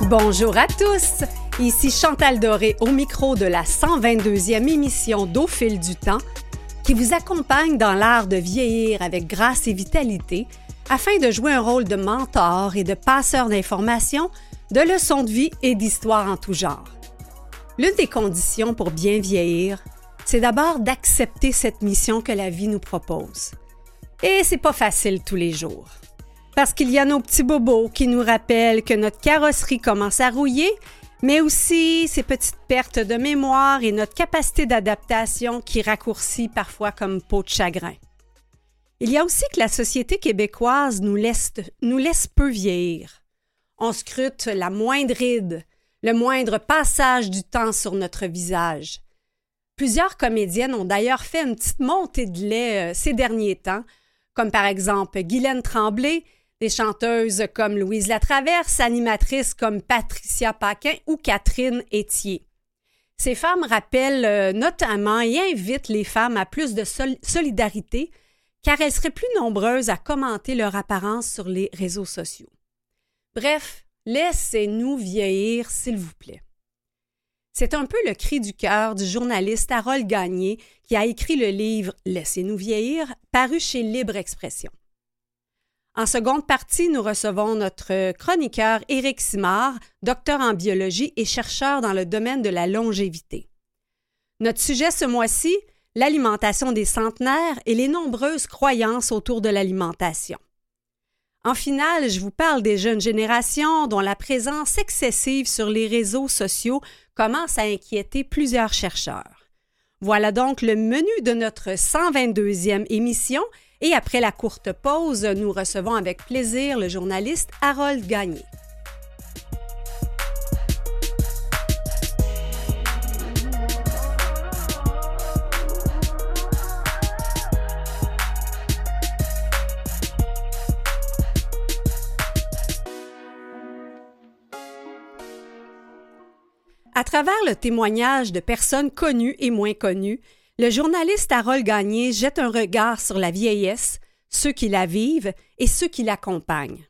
Bonjour à tous, ici Chantal Doré au micro de la 122e émission d'Au fil du temps qui vous accompagne dans l'art de vieillir avec grâce et vitalité afin de jouer un rôle de mentor et de passeur d'informations, de leçons de vie et d'histoires en tout genre. L'une des conditions pour bien vieillir, c'est d'abord d'accepter cette mission que la vie nous propose. Et c'est pas facile tous les jours. Parce qu'il y a nos petits bobos qui nous rappellent que notre carrosserie commence à rouiller, mais aussi ces petites pertes de mémoire et notre capacité d'adaptation qui raccourcit parfois comme peau de chagrin. Il y a aussi que la société québécoise nous laisse peu vieillir. On scrute la moindre ride, le moindre passage du temps sur notre visage. Plusieurs comédiennes ont d'ailleurs fait une petite montée de lait ces derniers temps, comme par exemple Guylaine Tremblay, des chanteuses comme Louise Latraverse, animatrices comme Patricia Paquin ou Catherine Etier. Ces femmes rappellent notamment et invitent les femmes à plus de solidarité car elles seraient plus nombreuses à commenter leur apparence sur les réseaux sociaux. Bref, laissez-nous vieillir, s'il vous plaît. C'est un peu le cri du cœur du journaliste Harold Gagné qui a écrit le livre « Laissez-nous vieillir » paru chez Libre Expression. En seconde partie, nous recevons notre chroniqueur Éric Simard, docteur en biologie et chercheur dans le domaine de la longévité. Notre sujet ce mois-ci, l'alimentation des centenaires et les nombreuses croyances autour de l'alimentation. En finale, je vous parle des jeunes générations dont la présence excessive sur les réseaux sociaux commence à inquiéter plusieurs chercheurs. Voilà donc le menu de notre 122e émission. Et après la courte pause, nous recevons avec plaisir le journaliste Harold Gagné. À travers le témoignage de personnes connues et moins connues, le journaliste Harold Gagné jette un regard sur la vieillesse, ceux qui la vivent et ceux qui l'accompagnent.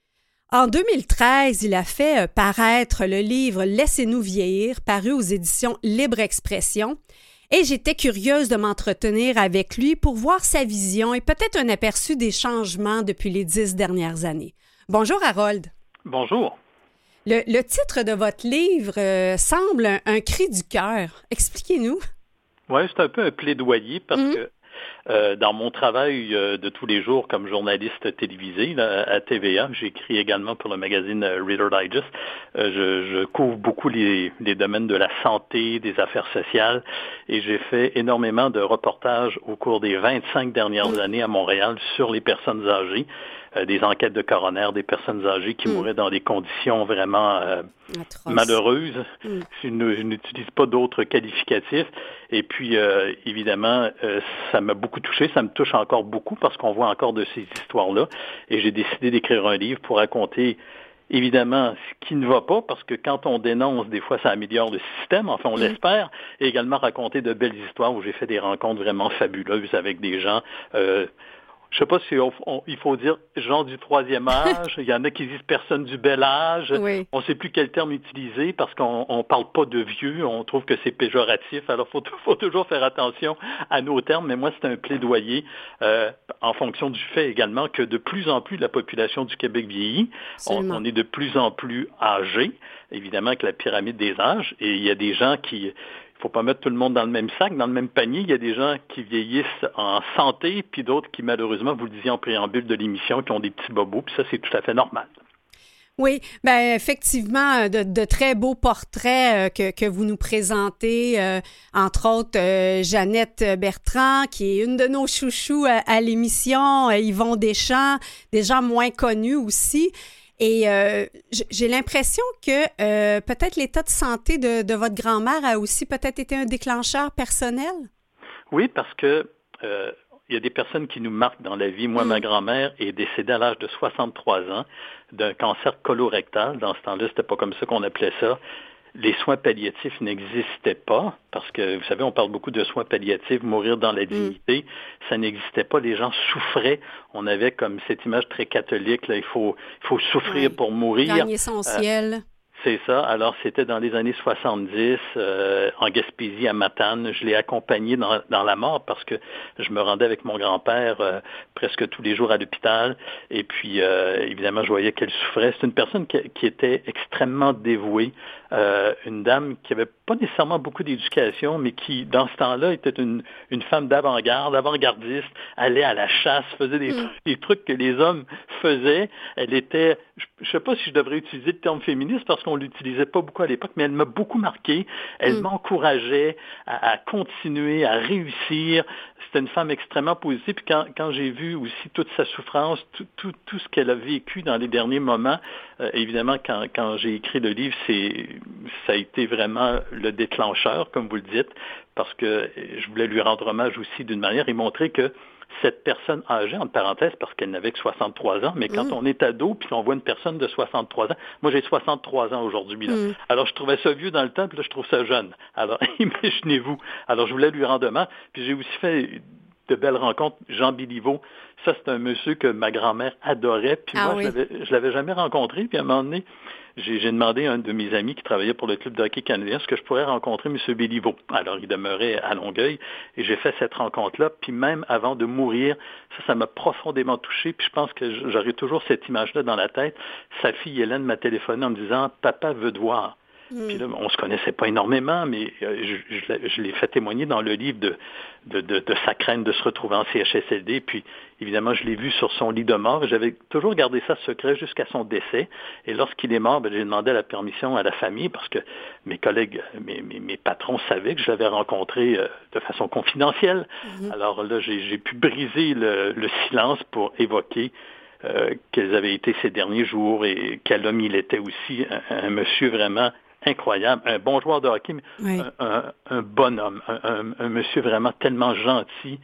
En 2013, il a fait paraître le livre « Laissez-nous vieillir » paru aux éditions Libre Expression et j'étais curieuse de m'entretenir avec lui pour voir sa vision et peut-être un aperçu des changements depuis les 10 dernières années. Bonjour Harold. Bonjour. Le titre de votre livre semble un cri du cœur. Expliquez-nous. Oui, c'est un peu un plaidoyer parce que dans mon travail de tous les jours comme journaliste télévisé là, à TVA, j'écris également pour le magazine Reader Digest. Je couvre beaucoup les domaines de la santé, des affaires sociales et j'ai fait énormément de reportages au cours des 25 dernières années à Montréal sur les personnes âgées. Des enquêtes de coroner, des personnes âgées qui mouraient dans des conditions vraiment malheureuses. Je n'utilise pas d'autres qualificatifs. Et puis, évidemment, ça m'a beaucoup touché. Ça me touche encore beaucoup parce qu'on voit encore de ces histoires-là. Et j'ai décidé d'écrire un livre pour raconter, évidemment, ce qui ne va pas, parce que quand on dénonce, des fois, ça améliore le système. Enfin, on l'espère. Et également raconter de belles histoires où j'ai fait des rencontres vraiment fabuleuses avec des gens je sais pas si il faut dire gens du troisième âge. Il y en a qui disent personnes du bel âge. Oui. On ne sait plus quel terme utiliser parce qu'on parle pas de vieux. On trouve que c'est péjoratif. Alors, faut toujours faire attention à nos termes. Mais moi, c'est un plaidoyer en fonction du fait également que de plus en plus la population du Québec vieillit. On est de plus en plus âgé, évidemment, avec la pyramide des âges. Et il y a des gens qui... Il ne faut pas mettre tout le monde dans le même sac, dans le même panier. Il y a des gens qui vieillissent en santé, puis d'autres qui, malheureusement, vous le disiez en préambule de l'émission, qui ont des petits bobos, puis ça, c'est tout à fait normal. Oui, bien effectivement, de très beaux portraits que vous nous présentez, entre autres Jeannette Bertrand, qui est une de nos chouchous à l'émission, Yvon Deschamps, des gens moins connus aussi. Et j'ai l'impression que peut-être l'état de santé de votre grand-mère a aussi peut-être été un déclencheur personnel? Oui, parce que il y a des personnes qui nous marquent dans la vie. Moi, ma grand-mère est décédée à l'âge de 63 ans d'un cancer colorectal. Dans ce temps-là, c'était pas comme ça qu'on appelait ça. Les soins palliatifs n'existaient pas, parce que, vous savez, on parle beaucoup de soins palliatifs, mourir dans la dignité, ça n'existait pas, les gens souffraient, on avait comme cette image très catholique, là, il faut souffrir pour mourir. Gagner son ciel. C'est ça. Alors, c'était dans les années 70, en Gaspésie, à Matane. Je l'ai accompagné dans la mort parce que je me rendais avec mon grand-père presque tous les jours à l'hôpital. Et puis, évidemment, je voyais qu'elle souffrait. C'est une personne qui était extrêmement dévouée. Une dame qui avait pas nécessairement beaucoup d'éducation, mais qui, dans ce temps-là, était une femme d'avant-garde, avant-gardiste, allait à la chasse, faisait des trucs que les hommes faisaient. Elle était, je sais pas si je devrais utiliser le terme féministe parce qu'on l'utilisait pas beaucoup à l'époque, mais elle m'a beaucoup marqué. Elle m'encourageait à continuer, à réussir. C'était une femme extrêmement positive. Puis quand j'ai vu aussi toute sa souffrance, tout ce qu'elle a vécu dans les derniers moments, évidemment, quand j'ai écrit le livre, ça a été vraiment le déclencheur, comme vous le dites, parce que je voulais lui rendre hommage aussi d'une manière et montrer que cette personne âgée, entre parenthèses, parce qu'elle n'avait que 63 ans, mais quand on est ado, puis on voit une personne de 63 ans, moi j'ai 63 ans aujourd'hui, alors je trouvais ça vieux dans le temps, puis là je trouve ça jeune. Alors imaginez-vous. Alors je voulais lui rendre hommage, puis j'ai aussi fait de belles rencontres. Jean Béliveau, ça c'est un monsieur que ma grand-mère adorait, puis moi je l'avais jamais rencontré, puis à un moment donné, j'ai demandé à un de mes amis qui travaillait pour le club de hockey canadien, est-ce que je pourrais rencontrer M. Béliveau? Alors, il demeurait à Longueuil et j'ai fait cette rencontre-là. Puis même avant de mourir, ça m'a profondément touché. Puis je pense que j'aurai toujours cette image-là dans la tête. Sa fille Hélène m'a téléphoné en me disant « Papa veut te voir ». Puis là, on se connaissait pas énormément, mais je l'ai fait témoigner dans le livre de sa crainte de se retrouver en CHSLD. Puis, évidemment, je l'ai vu sur son lit de mort. J'avais toujours gardé ça secret jusqu'à son décès. Et lorsqu'il est mort, j'ai demandé la permission à la famille parce que mes collègues, mes patrons savaient que je l'avais rencontré de façon confidentielle. Alors là, j'ai pu briser le silence pour évoquer quels avaient été ses derniers jours et quel homme il était aussi, un monsieur vraiment incroyable, un bon joueur de hockey, mais un bon homme, un monsieur vraiment tellement gentil.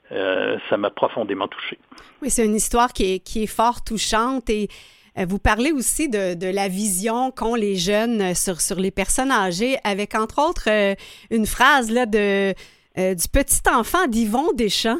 Ça m'a profondément touché. Oui, c'est une histoire qui est fort touchante et vous parlez aussi de la vision qu'ont les jeunes sur les personnes âgées, avec entre autres une phrase là, du petit enfant d'Yvon Deschamps.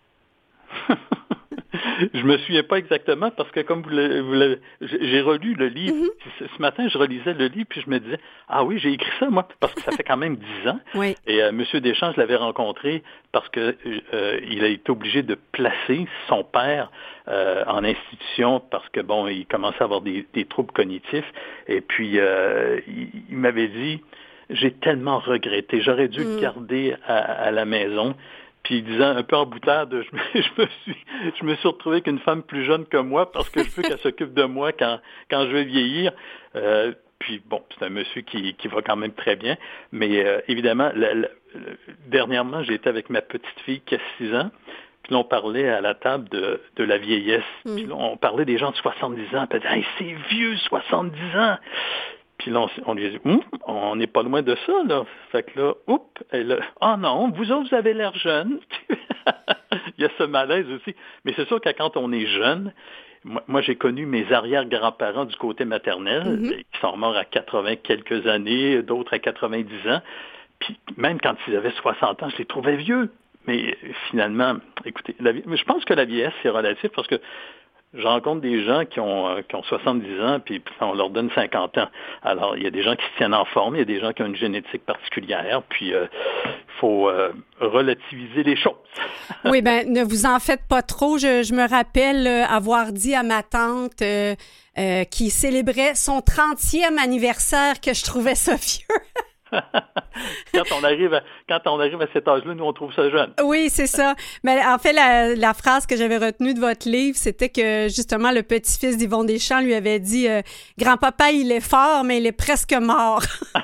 Je me souviens pas exactement parce que comme j'ai relu le livre. Ce matin, je relisais le livre puis je me disais ah oui, j'ai écrit ça moi parce que ça fait quand même 10 ans. Oui. Et M. Deschamps, je l'avais rencontré parce que il a été obligé de placer son père en institution parce que bon, il commençait à avoir des troubles cognitifs et puis il m'avait dit j'ai tellement regretté, j'aurais dû le garder à la maison. Puis disant un peu en boutade, je me suis retrouvé avec une femme plus jeune que moi parce que je veux qu'elle s'occupe de moi quand je vais vieillir. Puis bon, c'est un monsieur qui va quand même très bien. Mais évidemment, dernièrement, j'ai été avec ma petite fille qui a 6 ans. Puis là, on parlait à la table de la vieillesse. Puis là, on parlait des gens de 70 ans. Puis elle dit, hey, c'est vieux, 70 ans. Puis là, on lui a dit, on n'est pas loin de ça, là. Fait que là, non, vous autres, vous avez l'air jeune. Il y a ce malaise aussi. Mais c'est sûr que quand on est jeune, moi j'ai connu mes arrière-grands-parents du côté maternel, qui sont morts à 80 quelques années, d'autres à 90 ans. Puis même quand ils avaient 60 ans, je les trouvais vieux. Mais finalement, écoutez, je pense que la vieillesse, c'est relatif parce que je rencontre des gens qui ont 70 ans, puis on leur donne 50 ans. Alors, il y a des gens qui se tiennent en forme, il y a des gens qui ont une génétique particulière, puis il faut relativiser les choses. Oui, bien, ne vous en faites pas trop. Je me rappelle avoir dit à ma tante qui célébrait son 30e anniversaire que je trouvais ça vieux. Quand on arrive à cet âge-là, nous, on trouve ça jeune. Oui, c'est ça. Mais en fait, la phrase que j'avais retenue de votre livre, c'était que, justement, le petit-fils d'Yvon Deschamps lui avait dit « Grand-papa, il est fort, mais il est presque mort. »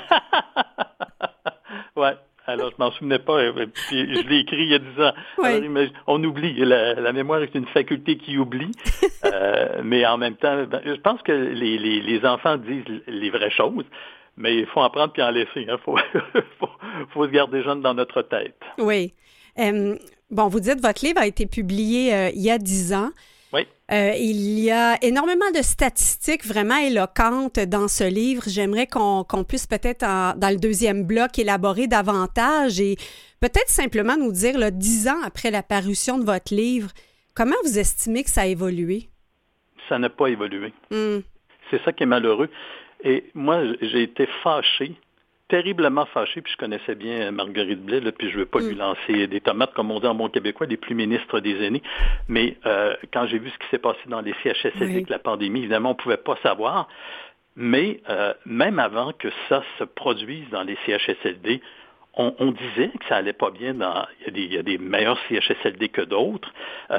Ouais. Alors, je m'en souvenais pas. Puis, je l'ai écrit il y a 10 ans. Oui. Alors, on oublie. La mémoire est une faculté qui oublie. Mais en même temps, je pense que les enfants disent les vraies choses. Mais il faut en prendre puis en laisser. Il faut se garder jeune dans notre tête. Oui. Bon, vous dites votre livre a été publié il y a 10 ans. Oui. Il y a énormément de statistiques vraiment éloquentes dans ce livre. J'aimerais qu'on puisse peut-être, dans le deuxième bloc, élaborer davantage et peut-être simplement nous dire, là, 10 ans après la parution de votre livre, comment vous estimez que ça a évolué? Ça n'a pas évolué. C'est ça qui est malheureux. Et moi, j'ai été fâché, terriblement fâché, puis je connaissais bien Marguerite Blais, là, puis je ne veux pas lui lancer des tomates, comme on dit en bon québécois, des plus ministres des aînés. Mais quand j'ai vu ce qui s'est passé dans les CHSLD avec la pandémie, évidemment, on ne pouvait pas savoir. Mais même avant que ça se produise dans les CHSLD, on disait que ça allait pas bien. Il y a des meilleurs CHSLD que d'autres,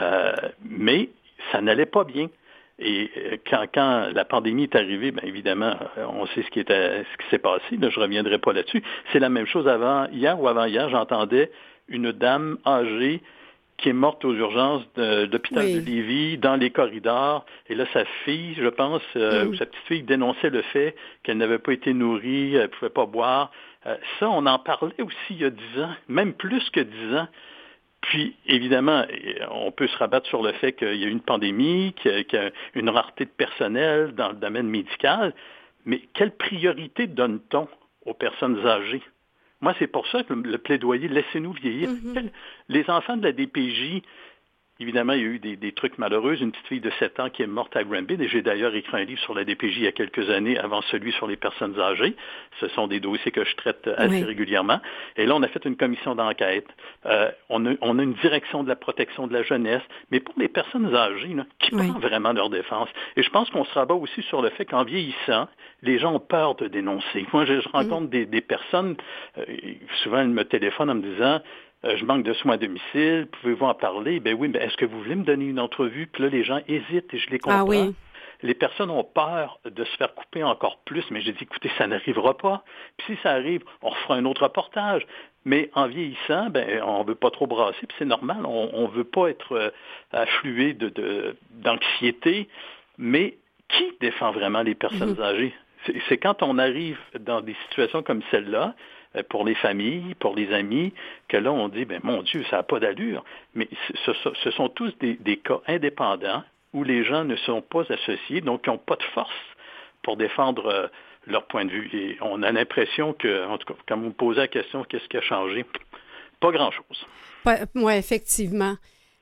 mais ça n'allait pas bien. Et quand la pandémie est arrivée, bien évidemment, on sait ce qui s'est passé. Là, je ne reviendrai pas là-dessus. C'est la même chose hier ou avant-hier, j'entendais une dame âgée qui est morte aux urgences de l'hôpital de Lévis, dans les corridors. Et là, sa fille, je pense, ou sa petite fille dénonçait le fait qu'elle n'avait pas été nourrie, elle ne pouvait pas boire. Ça, on en parlait aussi il y a 10 ans, même plus que 10 ans. Puis, évidemment, on peut se rabattre sur le fait qu'il y a eu une pandémie, qu'il y a une rareté de personnel dans le domaine médical, mais quelle priorité donne-t-on aux personnes âgées? Moi, c'est pour ça que le plaidoyer « Laissez-nous vieillir ». Les enfants de la DPJ, évidemment, il y a eu des trucs malheureux. Une petite fille de 7 ans qui est morte à Granby. Et j'ai d'ailleurs écrit un livre sur la DPJ il y a quelques années, avant celui sur les personnes âgées. Ce sont des dossiers que je traite assez régulièrement. Et là, on a fait une commission d'enquête. On a une direction de la protection de la jeunesse. Mais pour les personnes âgées, là, qui prend vraiment leur défense? Et je pense qu'on se rabat aussi sur le fait qu'en vieillissant, les gens ont peur de dénoncer. Moi, je rencontre des personnes, souvent elles me téléphonent en me disant je manque de soins à domicile, pouvez-vous en parler? Ben oui, mais est-ce que vous voulez me donner une entrevue? Puis là, les gens hésitent et je les comprends. Ah oui. Les personnes ont peur de se faire couper encore plus, mais j'ai dit, écoutez, ça n'arrivera pas. Puis si ça arrive, on refera un autre reportage. Mais en vieillissant, ben, on ne veut pas trop brasser, puis c'est normal, on ne veut pas être afflué d'anxiété. Mais qui défend vraiment les personnes âgées? C'est quand on arrive dans des situations comme celle-là, pour les familles, pour les amis, que là, on dit, ben mon Dieu, ça n'a pas d'allure. Mais ce sont tous des cas indépendants où les gens ne sont pas associés, donc ils n'ont pas de force pour défendre leur point de vue. Et on a l'impression que, en tout cas, quand vous me posez la question, qu'est-ce qui a changé? Pas grand-chose. Oui, effectivement.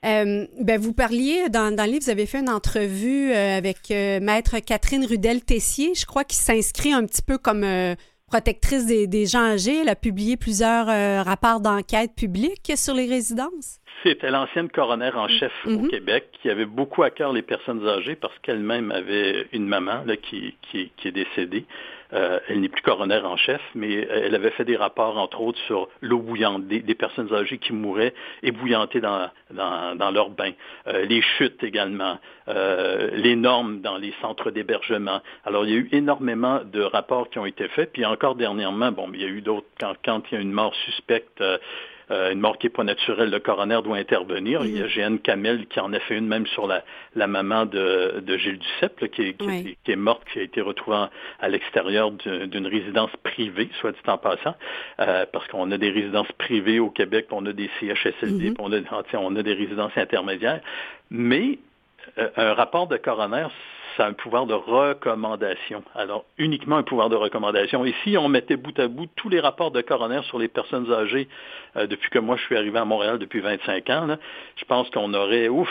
Vous parliez, dans le livre, vous avez fait une entrevue avec Maître Catherine Rudel-Tessier, je crois, qui s'inscrit un petit peu comme protectrice des gens âgés. Elle a publié plusieurs rapports d'enquête publics sur les résidences. C'était l'ancienne coroner en chef au Québec qui avait beaucoup à cœur les personnes âgées parce qu'elle-même avait une maman là, qui est décédée. Elle n'est plus coroner en chef, mais elle avait fait des rapports, entre autres, sur l'eau bouillante, des personnes âgées qui mouraient ébouillantées dans leur bain, les chutes également, les normes dans les centres d'hébergement. Alors, il y a eu énormément de rapports qui ont été faits, puis encore dernièrement, il y a eu d'autres, quand il y a une mort suspecte, une mort qui n'est pas naturelle, le coroner doit intervenir. Il y a Jeanne Camel qui en a fait une même sur la maman de Gilles Duceppe, là, qui est morte, qui a été retrouvée à l'extérieur d'une résidence privée, soit dit en passant, parce qu'on a des résidences privées au Québec, on a des CHSLD, on a des résidences intermédiaires. Mais un rapport de coroner, ça a un pouvoir de recommandation. Alors, uniquement un pouvoir de recommandation. Et si on mettait bout à bout tous les rapports de coroner sur les personnes âgées, depuis que moi je suis arrivé à Montréal depuis 25 ans, là, je pense qu'on aurait, on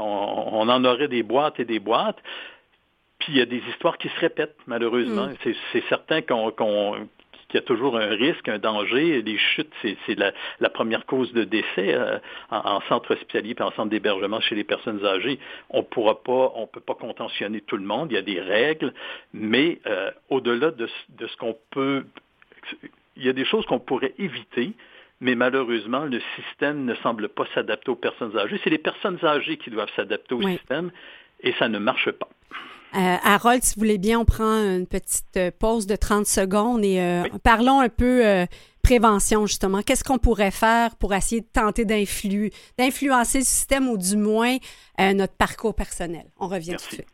en aurait des boîtes et des boîtes. Puis il y a des histoires qui se répètent, malheureusement. C'est certain qu'il y a toujours un risque, un danger. Les chutes, c'est la première cause de décès en centre hospitalier et en centre d'hébergement chez les personnes âgées. On peut pas contentionner tout le monde. Il y a des règles, mais au-delà de ce qu'on peut, il y a des choses qu'on pourrait éviter. Mais malheureusement, le système ne semble pas s'adapter aux personnes âgées. C'est les personnes âgées qui doivent s'adapter au système et ça ne marche pas. Harold, si vous voulez bien, on prend une petite pause de 30 secondes et parlons un peu prévention, justement. Qu'est-ce qu'on pourrait faire pour essayer de tenter d'influencer le système ou du moins notre parcours personnel? On revient tout de suite.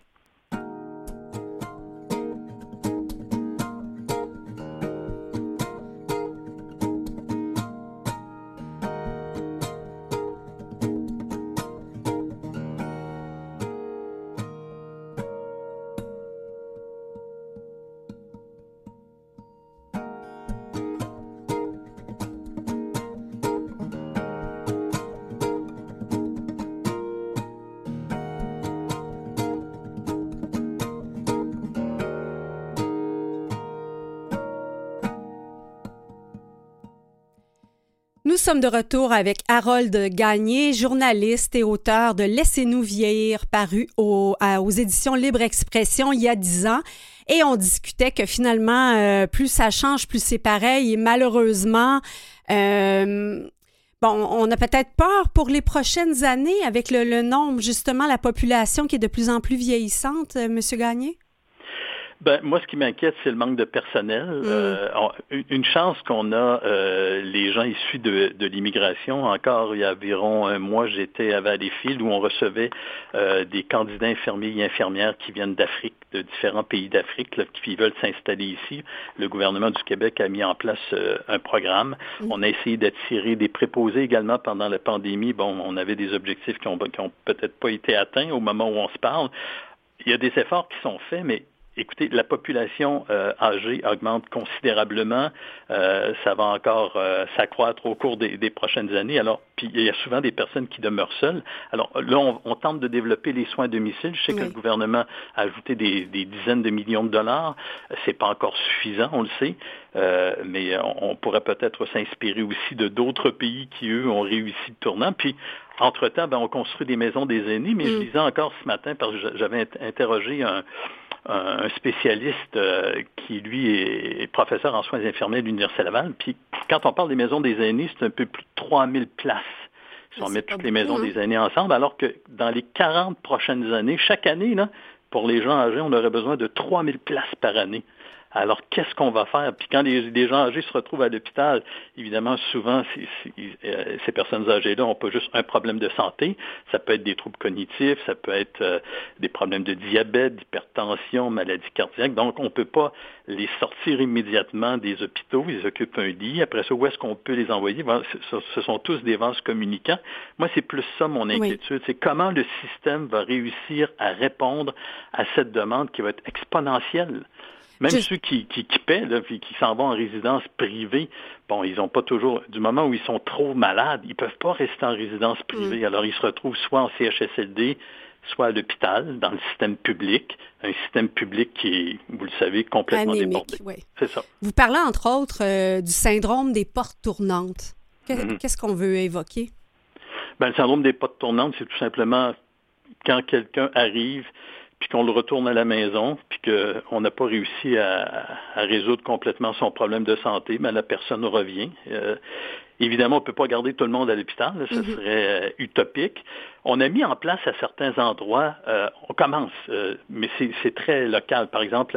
sommes de retour avec Harold Gagné, journaliste et auteur de Laissez-nous vieillir, paru aux éditions Libre Expression il y a 10 ans. Et on discutait que finalement, plus ça change, plus c'est pareil. Et malheureusement, on a peut-être peur pour les prochaines années avec le nombre, justement, la population qui est de plus en plus vieillissante, M. Gagné? Moi, ce qui m'inquiète, c'est le manque de personnel. Une chance qu'on a, les gens issus de l'immigration. Encore, il y a environ un mois, j'étais à Valleyfield où on recevait des candidats infirmiers et infirmières qui viennent d'Afrique, de différents pays d'Afrique, là, qui veulent s'installer ici. Le gouvernement du Québec a mis en place un programme. On a essayé d'attirer des préposés également pendant la pandémie. On avait des objectifs qui ont peut-être pas été atteints au moment où on se parle. Il y a des efforts qui sont faits, mais écoutez, la population âgée augmente considérablement. Ça va encore s'accroître au cours des prochaines années. Alors, puis il y a souvent des personnes qui demeurent seules. Alors là, on tente de développer les soins à domicile. Je sais que le gouvernement a ajouté des dizaines de millions de dollars. C'est pas encore suffisant, on le sait. Mais on pourrait peut-être s'inspirer aussi de d'autres pays qui, eux, ont réussi le tournant. Puis, entre-temps, on construit des maisons des aînés. Mais je disais encore ce matin, parce que j'avais interrogé un spécialiste qui, lui, est professeur en soins infirmiers à l'Université Laval. Puis, quand on parle des maisons des aînés, c'est un peu plus de 3000 places. Si on met toutes les maisons des aînés ensemble, alors que dans les 40 prochaines années, chaque année, là, pour les gens âgés, on aurait besoin de 3000 places par année. Alors, qu'est-ce qu'on va faire? Puis quand les gens âgés se retrouvent à l'hôpital, évidemment, souvent, ces personnes âgées-là n'ont pas juste un problème de santé. Ça peut être des troubles cognitifs, ça peut être des problèmes de diabète, d'hypertension, maladie cardiaque. Donc, on ne peut pas les sortir immédiatement des hôpitaux. Ils occupent un lit. Après ça, où est-ce qu'on peut les envoyer? Ce sont tous des vases communicants. Moi, c'est plus ça mon inquiétude. C'est comment le système va réussir à répondre à cette demande qui va être exponentielle. Même ceux qui paient, là, puis qui s'en vont en résidence privée, ils n'ont pas toujours, du moment où ils sont trop malades, ils ne peuvent pas rester en résidence privée. Alors, ils se retrouvent soit en CHSLD, soit à l'hôpital, dans le système public, un système public qui est, vous le savez, complètement débordé. Oui. C'est ça. Vous parlez, entre autres, du syndrome des portes tournantes. Qu'est-ce qu'on veut évoquer? Le syndrome des portes tournantes, c'est tout simplement quand quelqu'un arrive puis qu'on le retourne à la maison, puis qu'on n'a pas réussi à résoudre complètement son problème de santé, la personne revient. Évidemment, on ne peut pas garder tout le monde à l'hôpital, là, ce serait utopique. On a mis en place à certains endroits, on commence, mais c'est très local. Par exemple,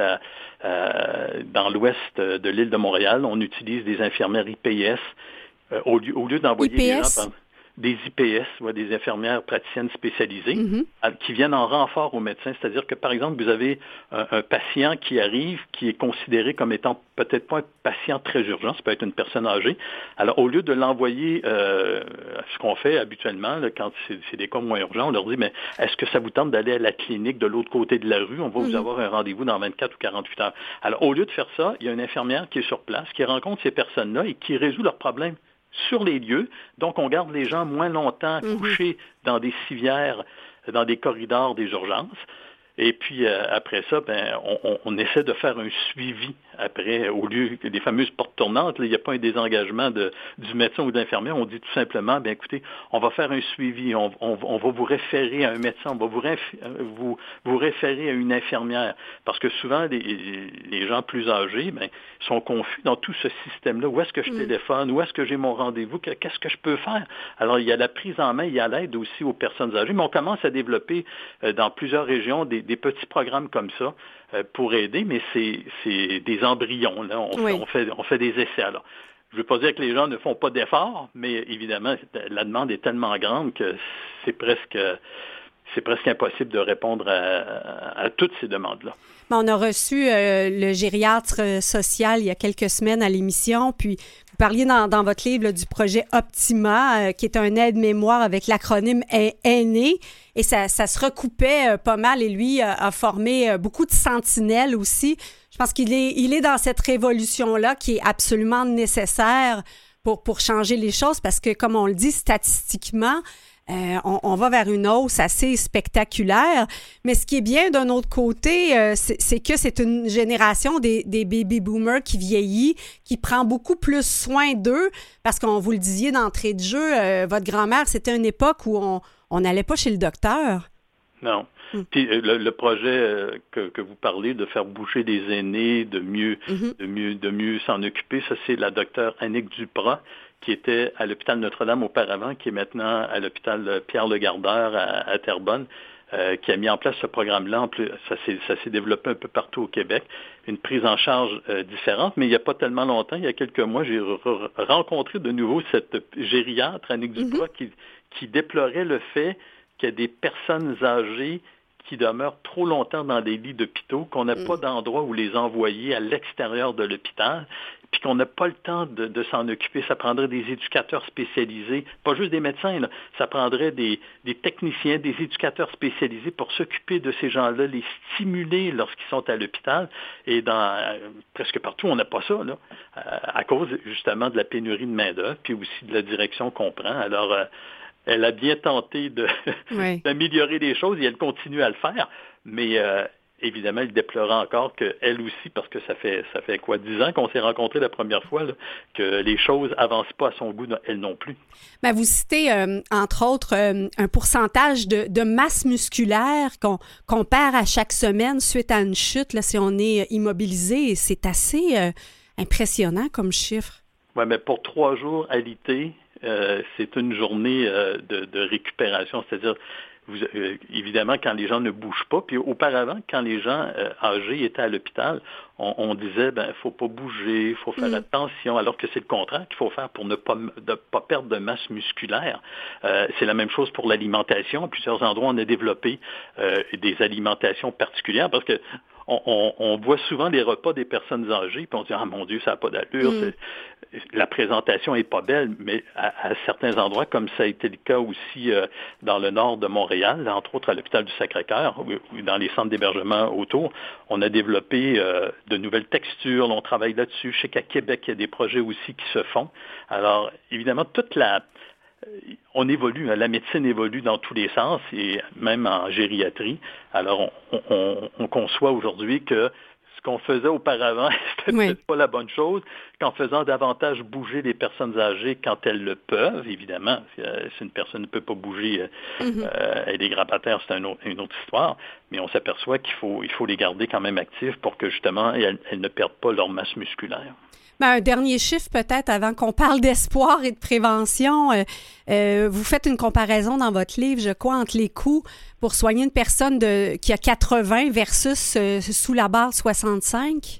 dans l'ouest de l'île de Montréal, on utilise des infirmières IPS au lieu d'envoyer les gens... Des IPS, des infirmières praticiennes spécialisées, qui viennent en renfort aux médecins. C'est-à-dire que, par exemple, vous avez un patient qui arrive, qui est considéré comme étant peut-être pas un patient très urgent, ça peut être une personne âgée. Alors, au lieu de l'envoyer, ce qu'on fait habituellement, là, quand c'est des cas moins urgents, on leur dit, mais est-ce que ça vous tente d'aller à la clinique de l'autre côté de la rue? On va vous avoir un rendez-vous dans 24 ou 48 heures. Alors, au lieu de faire ça, il y a une infirmière qui est sur place, qui rencontre ces personnes-là et qui résout leurs problèmes sur les lieux. Donc, on garde les gens moins longtemps couchés dans des civières, dans des corridors des urgences. Et puis, après ça, on essaie de faire un suivi après, au lieu des fameuses portes tournantes. Là, il n'y a pas un désengagement du médecin ou de l'infirmier. On dit tout simplement, écoutez, on va faire un suivi, on va vous référer à un médecin, on va vous référer à une infirmière. Parce que souvent, les gens plus âgés sont confus dans tout ce système-là. Où est-ce que je téléphone? Où est-ce que j'ai mon rendez-vous? Qu'est-ce que je peux faire? Alors, il y a la prise en main, il y a l'aide aussi aux personnes âgées, mais on commence à développer dans plusieurs régions des petits programmes comme ça pour aider, mais c'est des embryons. Là. On fait des essais. Alors, je ne veux pas dire que les gens ne font pas d'efforts, mais évidemment, la demande est tellement grande que c'est presque impossible de répondre à toutes ces demandes-là. On a reçu le gériatre social il y a quelques semaines à l'émission, puis vous parliez dans votre livre là, du projet Optima, qui est un aide-mémoire avec l'acronyme Aîné, et ça se recoupait pas mal, et lui a formé beaucoup de sentinelles aussi. Je pense qu'il est dans cette révolution-là qui est absolument nécessaire pour changer les choses, parce que, comme on le dit, statistiquement, on va vers une hausse assez spectaculaire. Mais ce qui est bien d'un autre côté, c'est que c'est une génération des baby boomers qui vieillit, qui prend beaucoup plus soin d'eux, parce qu'on vous le disiez d'entrée de jeu, votre grand-mère, c'était une époque où on n'allait pas chez le docteur. Non. Puis le projet que vous parlez de faire bouger des aînés, de mieux s'en occuper, ça c'est la docteure Annick Duprat, qui était à l'hôpital Notre-Dame auparavant, qui est maintenant à l'hôpital Pierre-Legardeur à Terrebonne, qui a mis en place ce programme-là. En plus, ça s'est développé un peu partout au Québec, une prise en charge différente, mais il n'y a pas tellement longtemps, il y a quelques mois, j'ai rencontré de nouveau cette gériatre, Annick Duprat, qui déplorait le fait qu'il y a des personnes âgées qui demeurent trop longtemps dans des lits d'hôpitaux, qu'on n'a pas d'endroit où les envoyer à l'extérieur de l'hôpital, puis qu'on n'a pas le temps de s'en occuper. Ça prendrait des éducateurs spécialisés, pas juste des médecins, là. Ça prendrait des techniciens, des éducateurs spécialisés pour s'occuper de ces gens-là, les stimuler lorsqu'ils sont à l'hôpital. Et dans presque partout, on n'a pas ça, là, à cause justement de la pénurie de main-d'œuvre, puis aussi de la direction qu'on prend. Alors, elle a bien tenté d'améliorer les choses et elle continue à le faire, mais évidemment, elle déplorait encore qu'elle aussi, parce que ça fait quoi, 10 ans qu'on s'est rencontrés la première fois, là, que les choses avancent pas à son goût, elle non plus. Ben, vous citez, entre autres, un pourcentage de masse musculaire qu'on perd à chaque semaine suite à une chute, là, si on est immobilisé, et c'est assez impressionnant comme chiffre. Oui, mais pour 3 jours à l'IT, c'est une journée de récupération, c'est-à-dire évidemment quand les gens ne bougent pas, puis auparavant quand les gens âgés étaient à l'hôpital, on disait faut pas bouger, il faut faire attention, alors que c'est le contraire qu'il faut faire pour ne pas perdre de masse musculaire. C'est la même chose pour l'alimentation. À plusieurs endroits, on a développé des alimentations particulières parce que on voit souvent les repas des personnes âgées, puis on dit « Ah mon Dieu, ça n'a pas d'allure, la présentation est pas belle », mais à certains endroits, comme ça a été le cas aussi dans le nord de Montréal, entre autres à l'hôpital du Sacré-Cœur, ou dans les centres d'hébergement autour, on a développé de nouvelles textures, on travaille là-dessus. Je sais qu'à Québec, il y a des projets aussi qui se font. Alors, évidemment, on évolue, la médecine évolue dans tous les sens, et même en gériatrie. Alors, on conçoit aujourd'hui que ce qu'on faisait auparavant, c'était peut-être pas la bonne chose, qu'en faisant davantage bouger les personnes âgées quand elles le peuvent, évidemment. Si une personne ne peut pas bouger, elle est grabataire, c'est une autre histoire, mais on s'aperçoit qu'il faut les garder quand même actifs pour que, justement, elles ne perdent pas leur masse musculaire. Ben, un dernier chiffre peut-être avant qu'on parle d'espoir et de prévention. Vous faites une comparaison dans votre livre, je crois, entre les coûts pour soigner une personne qui a 80 versus sous la barre 65.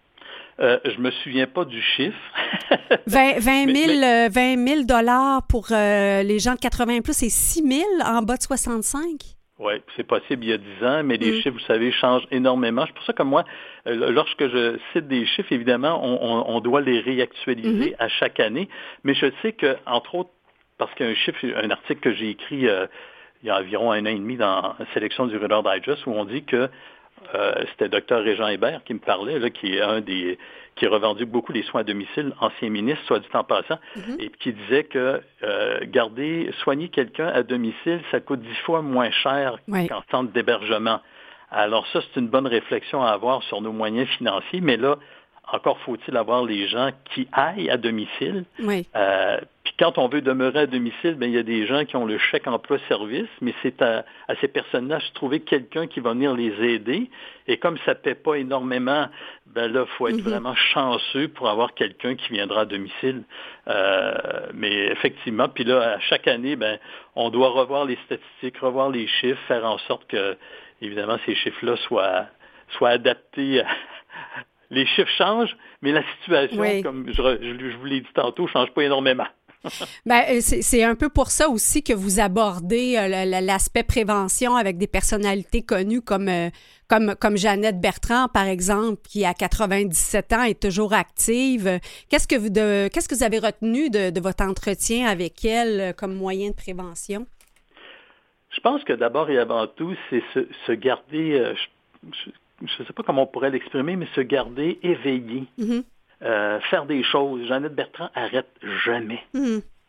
Je me souviens pas du chiffre. 20 000 dollars pour les gens de 80 et plus et 6 000 en bas de 65. Oui, c'est possible il y a 10 ans, mais les chiffres, vous savez, changent énormément. C'est pour ça que moi, lorsque je cite des chiffres, évidemment, on doit les réactualiser à chaque année. Mais je sais que, entre autres, parce qu'il y a un article que j'ai écrit il y a environ 1 an et demi dans la sélection du Reader Digest, où on dit que c'était Dr Régent Hébert qui me parlait, là, qui revendique beaucoup les soins à domicile, ancien ministre, soit dit en passant, et qui disait que soigner quelqu'un à domicile, ça coûte 10 fois moins cher qu'en centre d'hébergement. Alors ça, c'est une bonne réflexion à avoir sur nos moyens financiers, mais là, encore faut-il avoir les gens qui aillent à domicile. Puis quand on veut demeurer à domicile, il y a des gens qui ont le chèque emploi-service, mais c'est à ces personnes-là de se trouver quelqu'un qui va venir les aider. Et comme ça ne paie pas énormément, là, il faut être vraiment chanceux pour avoir quelqu'un qui viendra à domicile. Mais effectivement, puis là, à chaque année, on doit revoir les statistiques, revoir les chiffres, faire en sorte que, évidemment, ces chiffres-là soient adaptés les chiffres changent, mais la situation, comme je vous l'ai dit tantôt, ne change pas énormément. C'est un peu pour ça aussi que vous abordez l'aspect prévention avec des personnalités connues comme Jeannette Bertrand, par exemple, qui à 97 ans est toujours active. Qu'est-ce que vous avez retenu de votre entretien avec elle comme moyen de prévention? Je pense que d'abord et avant tout, c'est se garder... je ne sais pas comment on pourrait l'exprimer, mais se garder éveillé, faire des choses. Jeannette Bertrand arrête jamais.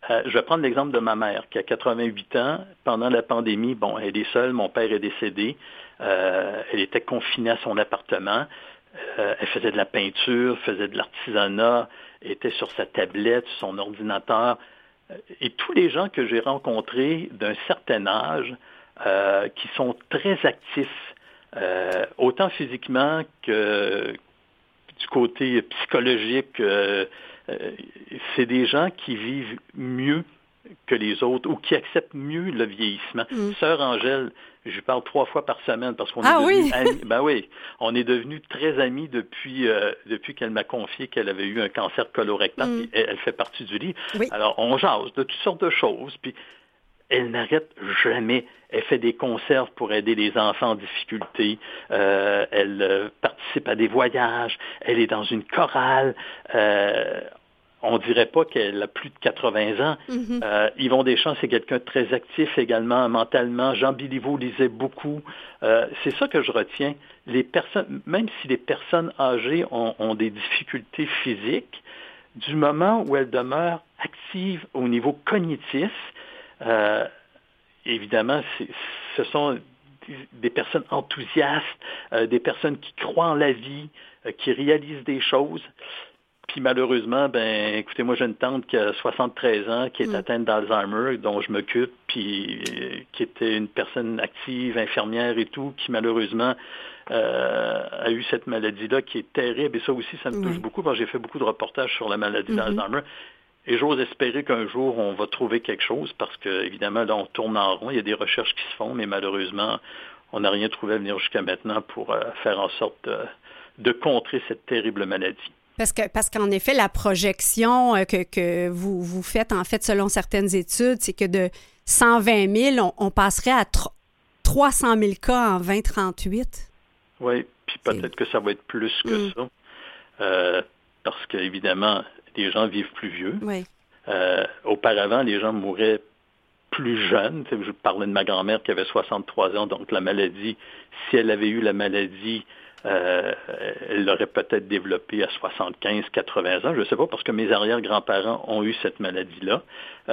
Je vais prendre l'exemple de ma mère, qui a 88 ans. Pendant la pandémie, bon, elle est seule, mon père est décédé. Elle était confinée à son appartement. Elle faisait de la peinture, faisait de l'artisanat, était sur sa tablette, sur son ordinateur. Et tous les gens que j'ai rencontrés d'un certain âge, qui sont très actifs, autant physiquement que du côté psychologique, c'est des gens qui vivent mieux que les autres ou qui acceptent mieux le vieillissement. Sœur Angèle, je lui parle 3 fois par semaine parce qu'on est devenus amis. Ben oui, on est devenus très amis depuis qu'elle m'a confié qu'elle avait eu un cancer colorectal. Puis elle fait partie du livre. Oui. Alors, on jase de toutes sortes de choses. Puis elle n'arrête jamais. Elle fait des conserves pour aider les enfants en difficulté. Elle participe à des voyages. Elle est dans une chorale. On dirait pas qu'elle a plus de 80 ans. Yvon Deschamps, c'est quelqu'un de très actif également mentalement. Jean Béliveau lisait beaucoup. C'est ça que je retiens. Les personnes, même si les personnes âgées ont des difficultés physiques, du moment où elles demeurent actives au niveau cognitif, évidemment, ce sont des personnes enthousiastes, des personnes qui croient en la vie, qui réalisent des choses. Puis malheureusement, écoutez, moi j'ai une tante qui a 73 ans, qui est atteinte d'Alzheimer, dont je m'occupe, puis qui était une personne active, infirmière et tout, qui malheureusement a eu cette maladie-là qui est terrible. Et ça aussi, ça me touche beaucoup, parce que j'ai fait beaucoup de reportages sur la maladie d'Alzheimer. Et j'ose espérer qu'un jour, on va trouver quelque chose, parce que évidemment, là, on tourne en rond, il y a des recherches qui se font, mais malheureusement, on n'a rien trouvé à venir jusqu'à maintenant pour faire en sorte de contrer cette terrible maladie. Parce qu'en effet, la projection que vous faites, en fait, selon certaines études, c'est que de 120 000, on passerait à 300 000 cas en 2038. Oui, puis peut-être que ça va être plus que ça. Parce qu'évidemment, les gens vivent plus vieux. Oui. Auparavant, les gens mouraient plus jeunes. Je parlais de ma grand-mère qui avait 63 ans, donc la maladie, si elle avait eu la maladie, elle l'aurait peut-être développée à 75, 80 ans, je ne sais pas, parce que mes arrière-grands-parents ont eu cette maladie-là.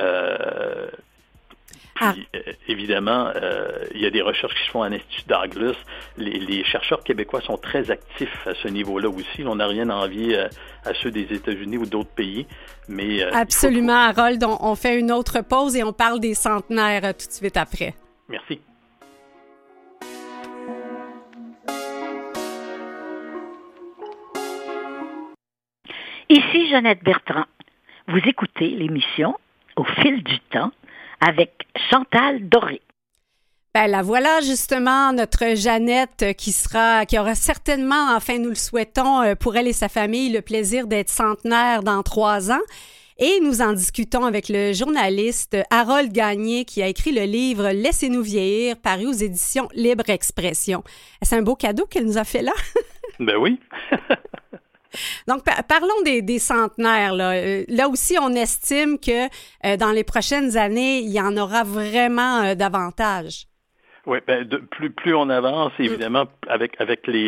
Évidemment, il y a des recherches qui se font à l'Institut Douglas. Les chercheurs québécois sont très actifs à ce niveau-là aussi. On n'a rien à envier à ceux des États-Unis ou d'autres pays. Mais, absolument, Harold. On fait une autre pause et on parle des centenaires tout de suite après. Merci. Ici Jeannette Bertrand. Vous écoutez l'émission Au fil du temps avec Chantal Doré. La voilà justement, notre Jeannette qui aura certainement, enfin nous le souhaitons, pour elle et sa famille, le plaisir d'être centenaire dans 3 ans. Et nous en discutons avec le journaliste Harold Gagné qui a écrit le livre « Laissez-nous vieillir » paru aux éditions Libre Expression. C'est un beau cadeau qu'elle nous a fait là. Ben oui. Donc, parlons des centenaires. Là aussi, on estime que dans les prochaines années, il y en aura vraiment davantage. Oui, plus on avance, évidemment, avec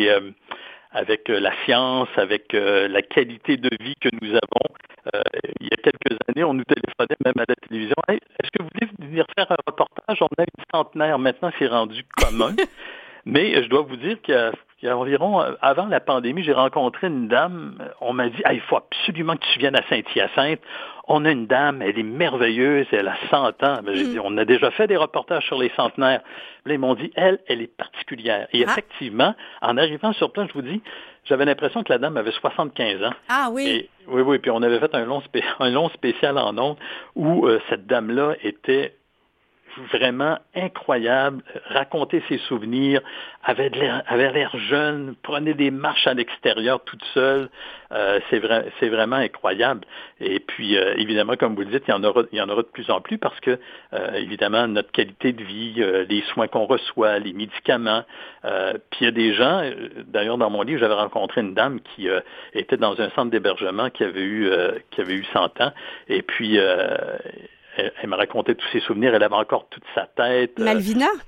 la science, avec la qualité de vie que nous avons. Il y a quelques années, on nous téléphonait même à la télévision. Hey, est-ce que vous voulez venir faire un reportage? On a une centenaire. Maintenant, c'est rendu commun. Mais je dois vous dire qu'il y a environ, avant la pandémie, j'ai rencontré une dame. On m'a dit, il faut absolument que tu viennes à Saint-Hyacinthe. On a une dame, elle est merveilleuse, elle a 100 ans. J'ai dit, on a déjà fait des reportages sur les centenaires. Là, ils m'ont dit, elle est particulière. Et effectivement, en arrivant sur place, je vous dis, j'avais l'impression que la dame avait 75 ans. Ah oui? Et, oui, puis on avait fait un long spécial en ondes où cette dame-là était vraiment incroyable, raconter ses souvenirs, avait l'air jeune, prenait des marches à l'extérieur toute seule, c'est vraiment incroyable. Et puis, évidemment, comme vous le dites, il y en aura de plus en plus parce que, évidemment, notre qualité de vie, les soins qu'on reçoit, les médicaments, puis il y a des gens, d'ailleurs, dans mon livre, j'avais rencontré une dame qui était dans un centre d'hébergement qui avait eu 100 ans, et puis elle m'a raconté tous ses souvenirs. Elle avait encore toute sa tête. Malvina?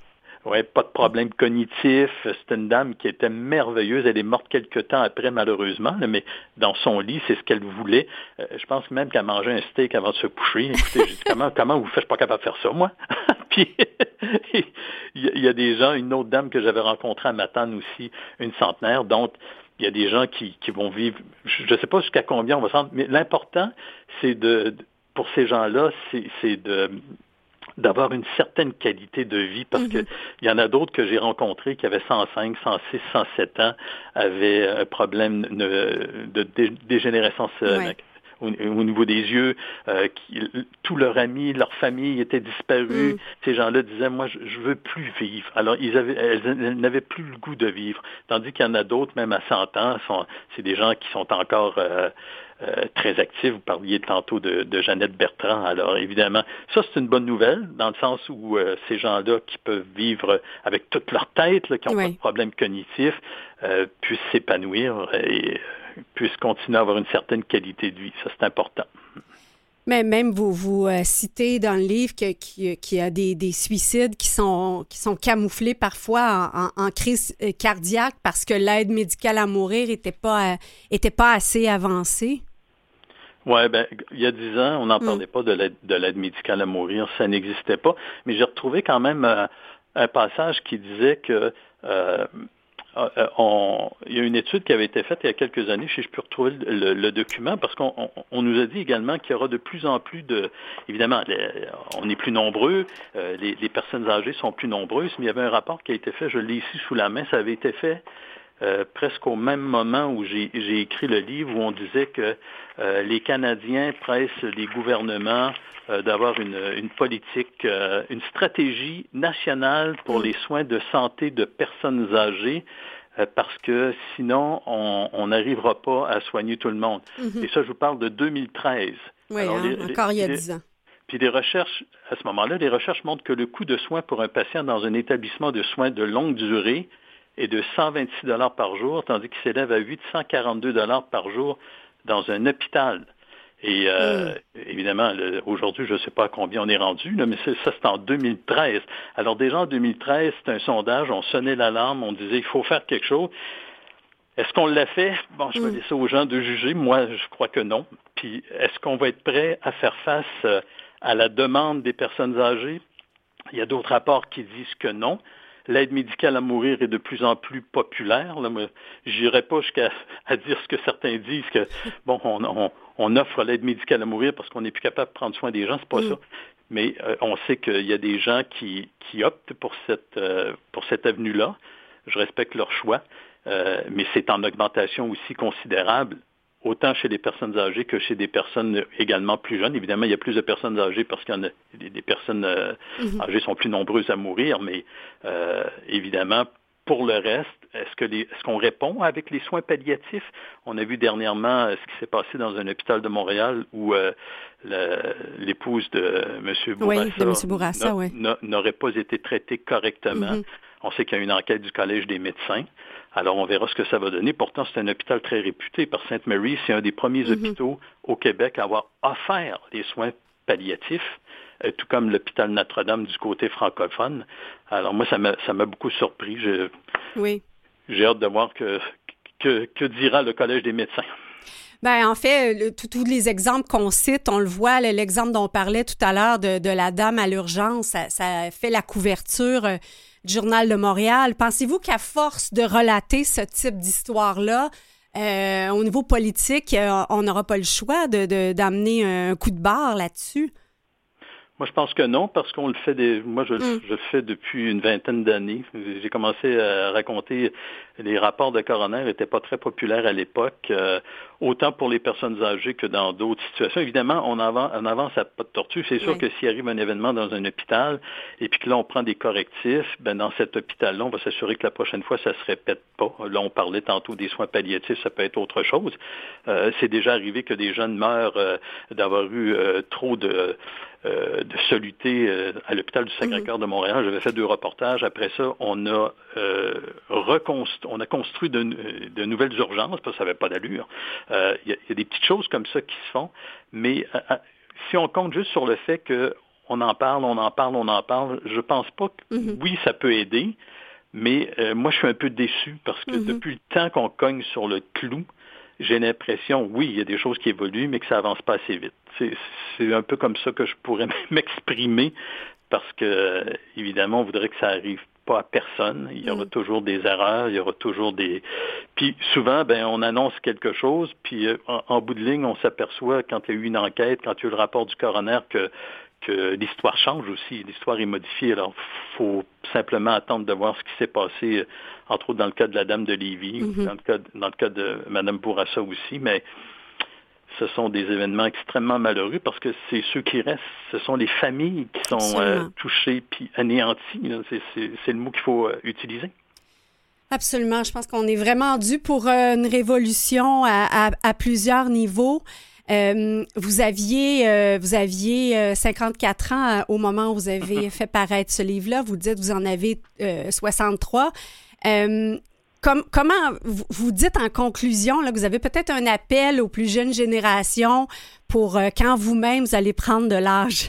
Ouais, pas de problème cognitif. C'était une dame qui était merveilleuse. Elle est morte quelque temps après, malheureusement, là, mais dans son lit, c'est ce qu'elle voulait. Je pense même qu'elle mangeait un steak avant de se coucher. Écoutez, j'ai dit, comment vous faites? Je suis pas capable de faire ça, moi. Puis, il y a des gens, une autre dame que j'avais rencontrée à Matane aussi, une centenaire, donc il y a des gens qui vont vivre, je ne sais pas jusqu'à combien on va s'en... Mais l'important, c'est pour ces gens-là, c'est d'avoir une certaine qualité de vie, parce que il y en a d'autres que j'ai rencontrés qui avaient 105, 106, 107 ans, avaient un problème de dégénérescence au niveau des yeux, tous leurs amis, leur famille étaient disparus. Ces gens-là disaient, moi, je veux plus vivre. Alors, elles n'avaient plus le goût de vivre. Tandis qu'il y en a d'autres, même à 100 ans, c'est des gens qui sont encore très actifs. Vous parliez tantôt de Jeannette Bertrand. Alors, évidemment, ça, c'est une bonne nouvelle, dans le sens où ces gens-là qui peuvent vivre avec toute leur tête, là, qui n'ont pas de problème cognitif, puissent s'épanouir et puissent continuer à avoir une certaine qualité de vie. Ça, c'est important. Mais même vous citez dans le livre qu'il y a des suicides qui sont camouflés parfois en crise cardiaque parce que l'aide médicale à mourir était pas assez avancée. Oui, il y a 10 ans, on n'en parlait pas de l'aide médicale à mourir, ça n'existait pas. Mais j'ai retrouvé quand même un passage qui disait que il y a une étude qui avait été faite il y a quelques années, je peux retrouver le document, parce qu'on nous a dit également qu'il y aura de plus en plus évidemment, on est plus nombreux, les personnes âgées sont plus nombreuses, mais il y avait un rapport qui a été fait, je l'ai ici sous la main, ça avait été fait presque au même moment où j'ai écrit le livre, où on disait que les Canadiens pressent les gouvernements d'avoir une politique, une stratégie nationale pour les soins de santé de personnes âgées, parce que sinon, on n'arrivera pas à soigner tout le monde. Et ça, je vous parle de 2013. Oui, alors, encore il y a 10 ans. Puis les recherches, à ce moment-là, les recherches montrent que le coût de soins pour un patient dans un établissement de soins de longue durée est de 126 $ par jour, tandis qu'il s'élève à 842 $ par jour dans un hôpital. Et évidemment, aujourd'hui, je ne sais pas à combien on est rendu, là, mais ça, c'est en 2013. Alors déjà en 2013, c'est un sondage, on sonnait l'alarme, on disait il faut faire quelque chose. Est-ce qu'on l'a fait? Bon, je vais laisser aux gens de juger. Moi, je crois que non. Puis, est-ce qu'on va être prêt à faire face à la demande des personnes âgées? Il y a d'autres rapports qui disent que non. L'aide médicale à mourir est de plus en plus populaire. Là, moi, j'irai pas jusqu'à dire ce que certains disent, que bon, on offre l'aide médicale à mourir parce qu'on n'est plus capable de prendre soin des gens, c'est pas ça. Mais on sait qu'il y a des gens qui optent pour cette avenue-là. Je respecte leur choix, mais c'est en augmentation aussi considérable, autant chez les personnes âgées que chez des personnes également plus jeunes. Évidemment, il y a plus de personnes âgées parce qu'il y en a des personnes âgées sont plus nombreuses à mourir, mais évidemment, pour le reste, est-ce qu'on répond avec les soins palliatifs? On a vu dernièrement ce qui s'est passé dans un hôpital de Montréal où l'épouse de M. Bourassa, n'aurait pas été traitée correctement. On sait qu'il y a une enquête du Collège des médecins. Alors, on verra ce que ça va donner. Pourtant, c'est un hôpital très réputé par Sainte Mary. C'est un des premiers hôpitaux au Québec à avoir offert les soins palliatifs, tout comme l'hôpital Notre-Dame du côté francophone. Alors, moi, ça m'a beaucoup surpris. J'ai hâte de voir que dira le Collège des médecins. Bien, en fait, tous les exemples qu'on cite, on le voit, l'exemple dont on parlait tout à l'heure de la dame à l'urgence, ça fait la couverture du Journal de Montréal. Pensez-vous qu'à force de relater ce type d'histoire-là, au niveau politique, on n'aura pas le choix d'amener un coup de barre là-dessus? Moi, je pense que non, parce qu'on le fait je le fais depuis une vingtaine d'années. J'ai commencé à raconter les rapports de coroner n'étaient pas très populaires à l'époque, autant pour les personnes âgées que dans d'autres situations. Évidemment, on avance à pas de tortue. C'est sûr que s'il arrive un événement dans un hôpital et puis que là, on prend des correctifs, dans cet hôpital-là, on va s'assurer que la prochaine fois, ça ne se répète pas. Là, on parlait tantôt des soins palliatifs, ça peut être autre chose. C'est déjà arrivé que des jeunes meurent d'avoir eu trop de soluté à l'hôpital du Sacré-Cœur de Montréal. J'avais fait 2 reportages. Après ça, on a construit de nouvelles urgences parce que ça n'avait pas d'allure. Il y a des petites choses comme ça qui se font, mais si on compte juste sur le fait que on en parle. Je pense pas que, oui, ça peut aider, mais moi, je suis un peu déçu parce que depuis le temps qu'on cogne sur le clou, j'ai l'impression, oui, il y a des choses qui évoluent, mais que ça avance pas assez vite. C'est un peu comme ça que je pourrais m'exprimer parce que, évidemment, on voudrait que ça arrive pas à personne. Il y aura toujours des erreurs, il y aura toujours des... Puis souvent, on annonce quelque chose, puis en bout de ligne, on s'aperçoit, quand il y a eu une enquête, quand il y a eu le rapport du coroner, que l'histoire change aussi, l'histoire est modifiée. Alors, il faut simplement attendre de voir ce qui s'est passé, entre autres dans le cas de la dame de Lévis, dans le cas de Mme Bourassa aussi, mais ce sont des événements extrêmement malheureux parce que c'est ceux qui restent, ce sont les familles qui sont touchées puis anéanties. Là. C'est le mot qu'il faut utiliser. Absolument. Je pense qu'on est vraiment dû pour une révolution à plusieurs niveaux. Vous aviez 54 ans au moment où vous avez fait paraître ce livre-là. Vous dites que vous en avez 63. Comment vous dites en conclusion là, que vous avez peut-être un appel aux plus jeunes générations pour quand vous-même vous allez prendre de l'âge?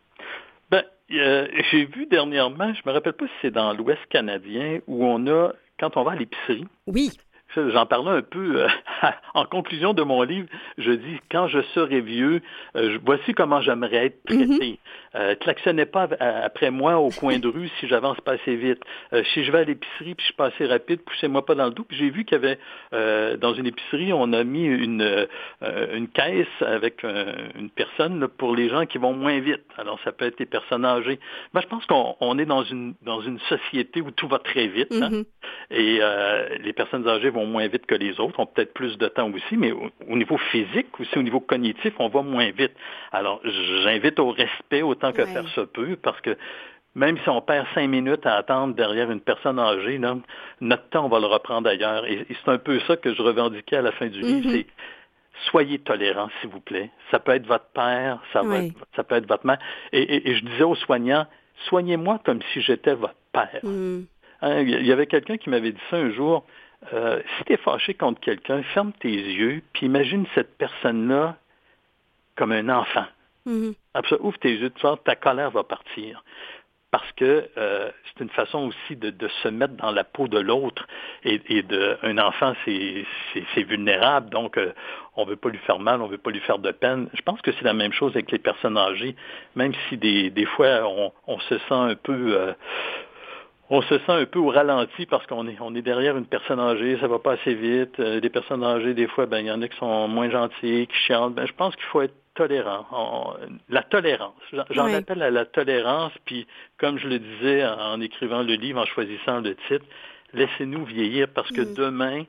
J'ai vu dernièrement, je me rappelle pas si c'est dans l'Ouest canadien, où on a, quand on va à l'épicerie. Oui. J'en parlais un peu en conclusion de mon livre. Je dis, quand je serai vieux, voici comment j'aimerais être traité. Klaxonnez pas après moi au coin de rue si j'avance pas assez vite. Si je vais à l'épicerie puis je suis pas assez rapide, poussez-moi pas dans le dos. Puis j'ai vu qu'il y avait, dans une épicerie, on a mis une caisse avec une personne là, pour les gens qui vont moins vite. Alors, ça peut être les personnes âgées. Moi, je pense qu'on est dans une société où tout va très vite. Hein? Et les personnes âgées vont moins vite que les autres, ont peut-être plus de temps aussi, mais au niveau physique, aussi au niveau cognitif, on va moins vite. Alors, j'invite au respect autant que faire se peut, parce que même si on perd 5 minutes à attendre derrière une personne âgée, là, notre temps, on va le reprendre ailleurs. Et c'est un peu ça que je revendiquais à la fin du livre, c'est soyez tolérants, s'il vous plaît. Ça peut être votre père, ça peut être votre mère. Et je disais aux soignants, soignez-moi comme si j'étais votre père. Hein, il y avait quelqu'un qui m'avait dit ça un jour, si tu es fâché contre quelqu'un, ferme tes yeux, puis imagine cette personne-là comme un enfant. Après ça, ouvre tes yeux, tu vois, ta colère va partir. Parce que c'est une façon aussi de se mettre dans la peau de l'autre. Et un enfant, c'est vulnérable, donc on ne veut pas lui faire mal, on ne veut pas lui faire de peine. Je pense que c'est la même chose avec les personnes âgées, même si des fois, on se sent un peu... on se sent un peu au ralenti parce qu'on est derrière une personne âgée, ça va pas assez vite. Des personnes âgées, des fois, il y en a qui sont moins gentilles, qui chiantent. Je pense qu'il faut être tolérant. La tolérance. J'en appelle à la tolérance, puis comme je le disais en écrivant le livre, en choisissant le titre, laissez-nous vieillir parce que demain,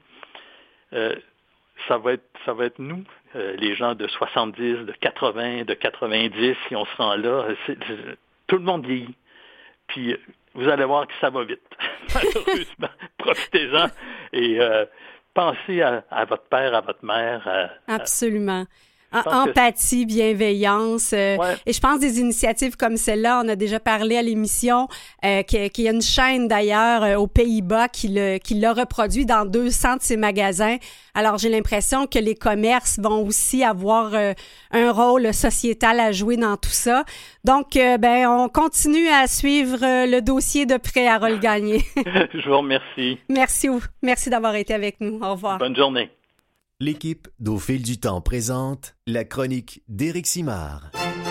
ça va être nous, les gens de 70, de 80, de 90, si on se rend là. Tout le monde vieillit. Puis vous allez voir que ça va vite. Malheureusement, profitez-en et pensez à votre père, à votre mère. Absolument. Empathie, bienveillance. Et je pense des initiatives comme celle-là, on a déjà parlé à l'émission, qu'il y a une chaîne d'ailleurs aux Pays-Bas qui l'a reproduit dans 200 de ses magasins. Alors, j'ai l'impression que les commerces vont aussi avoir un rôle sociétal à jouer dans tout ça. Donc, on continue à suivre le dossier de près, Harold Gagné. Je vous remercie. Merci d'avoir été avec nous. Au revoir. Bonne journée. L'équipe d'Au fil du temps présente la chronique d'Éric Simard.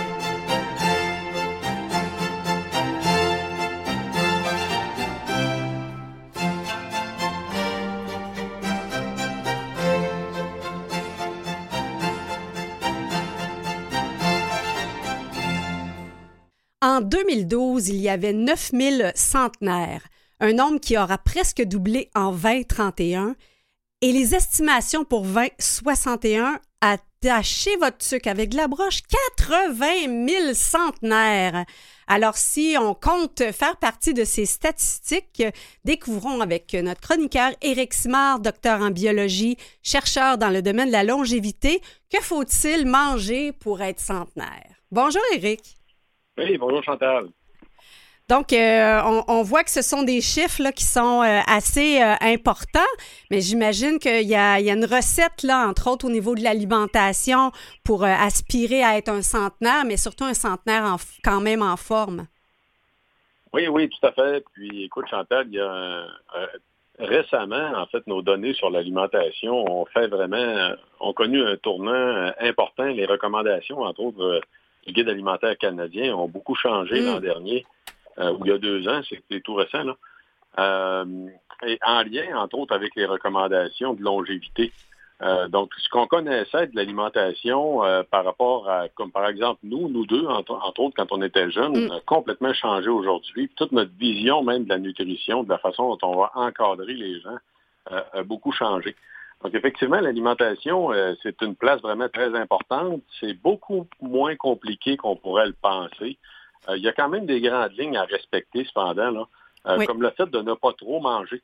En 2012, il y avait 9000 centenaires, un nombre qui aura presque doublé en 2031. Et les estimations pour 2061, attachez votre sucre avec de la broche, 80 000 centenaires. Alors, si on compte faire partie de ces statistiques, découvrons avec notre chroniqueur Éric Simard, docteur en biologie, chercheur dans le domaine de la longévité, que faut-il manger pour être centenaire? Bonjour Éric. Oui, bonjour Chantal. Donc, on voit que ce sont des chiffres là, qui sont assez importants, mais j'imagine qu'il y a une recette, là, entre autres au niveau de l'alimentation, pour aspirer à être un centenaire, mais surtout un centenaire quand même en forme. Oui, tout à fait. Puis, écoute, Chantal, il y a récemment, en fait, nos données sur l'alimentation ont connu un tournant important. Les recommandations, entre autres, du Guide alimentaire canadien ont beaucoup changé l'an dernier. Ou il y a 2 ans, c'est tout récent, là. Et en lien, entre autres, avec les recommandations de longévité. Donc, ce qu'on connaissait de l'alimentation par rapport à, comme par exemple, nous deux, entre autres, quand on était jeunes, a complètement changé aujourd'hui. Toute notre vision même de la nutrition, de la façon dont on va encadrer les gens, a beaucoup changé. Donc, effectivement, l'alimentation, c'est une place vraiment très importante. C'est beaucoup moins compliqué qu'on pourrait le penser. Il y a quand même des grandes lignes à respecter, cependant, là, comme le fait de ne pas trop manger.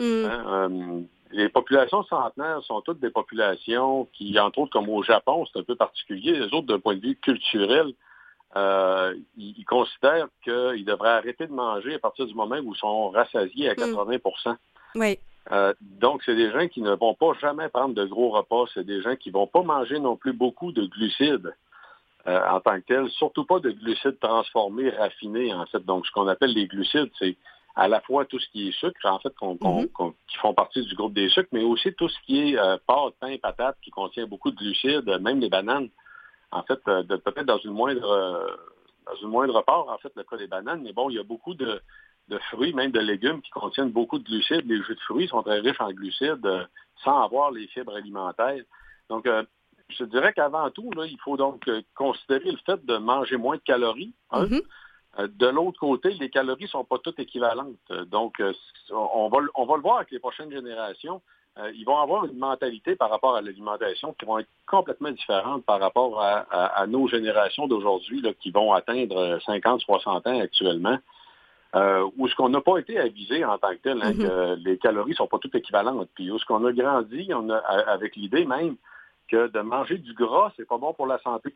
Les populations centenaires sont toutes des populations qui, entre autres, comme au Japon, c'est un peu particulier. Les autres, d'un point de vue culturel, ils considèrent qu'ils devraient arrêter de manger à partir du moment où ils sont rassasiés à 80%. Oui. Donc, c'est des gens qui ne vont pas jamais prendre de gros repas. C'est des gens qui ne vont pas manger non plus beaucoup de glucides. En tant que tel, surtout pas de glucides transformés, raffinés, en fait. Donc, ce qu'on appelle les glucides, c'est à la fois tout ce qui est sucre, en fait, qui font partie du groupe des sucres, mais aussi tout ce qui est pâte, pain, patate, qui contient beaucoup de glucides, même les bananes. En fait, peut-être dans une moindre part, en fait, le cas des bananes, mais bon, il y a beaucoup de fruits, même de légumes, qui contiennent beaucoup de glucides. Les jus de fruits sont très riches en glucides, sans avoir les fibres alimentaires. Donc, je dirais qu'avant tout, là, il faut donc considérer le fait de manger moins de calories. De l'autre côté, les calories ne sont pas toutes équivalentes. Donc, on va le voir avec les prochaines générations. Ils vont avoir une mentalité par rapport à l'alimentation qui vont être complètement différente par rapport à nos générations d'aujourd'hui là, qui vont atteindre 50-60 ans actuellement. Où ce qu'on n'a pas été avisé en tant que tel, que les calories ne sont pas toutes équivalentes. Puis où ce qu'on a grandi, avec l'idée même que de manger du gras, c'est pas bon pour la santé.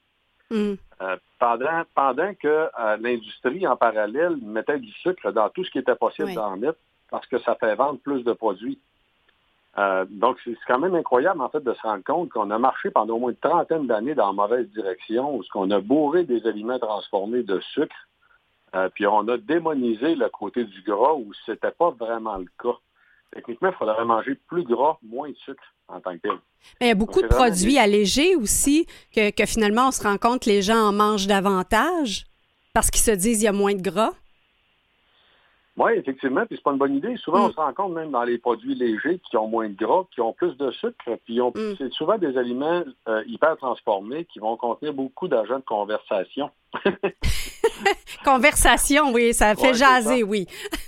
Pendant que l'industrie, en parallèle, mettait du sucre dans tout ce qui était possible d'en mettre parce que ça fait vendre plus de produits. Donc, c'est quand même incroyable, en fait, de se rendre compte qu'on a marché pendant au moins une trentaine d'années dans la mauvaise direction, où on a bourré des aliments transformés de sucre, puis on a démonisé le côté du gras où c'était pas vraiment le cas. Techniquement, il faudrait manger plus gras, moins de sucre en tant que tel. Mais il y a beaucoup de produits allégés aussi, que finalement, on se rend compte que les gens en mangent davantage parce qu'ils se disent qu'il y a moins de gras. Oui, effectivement, puis c'est pas une bonne idée. Souvent, on se rend compte même dans les produits légers qui ont moins de gras, qui ont plus de sucre, puis c'est souvent des aliments hyper transformés qui vont contenir beaucoup d'agents de conversation. Conversation, oui, ça fait jaser, oui.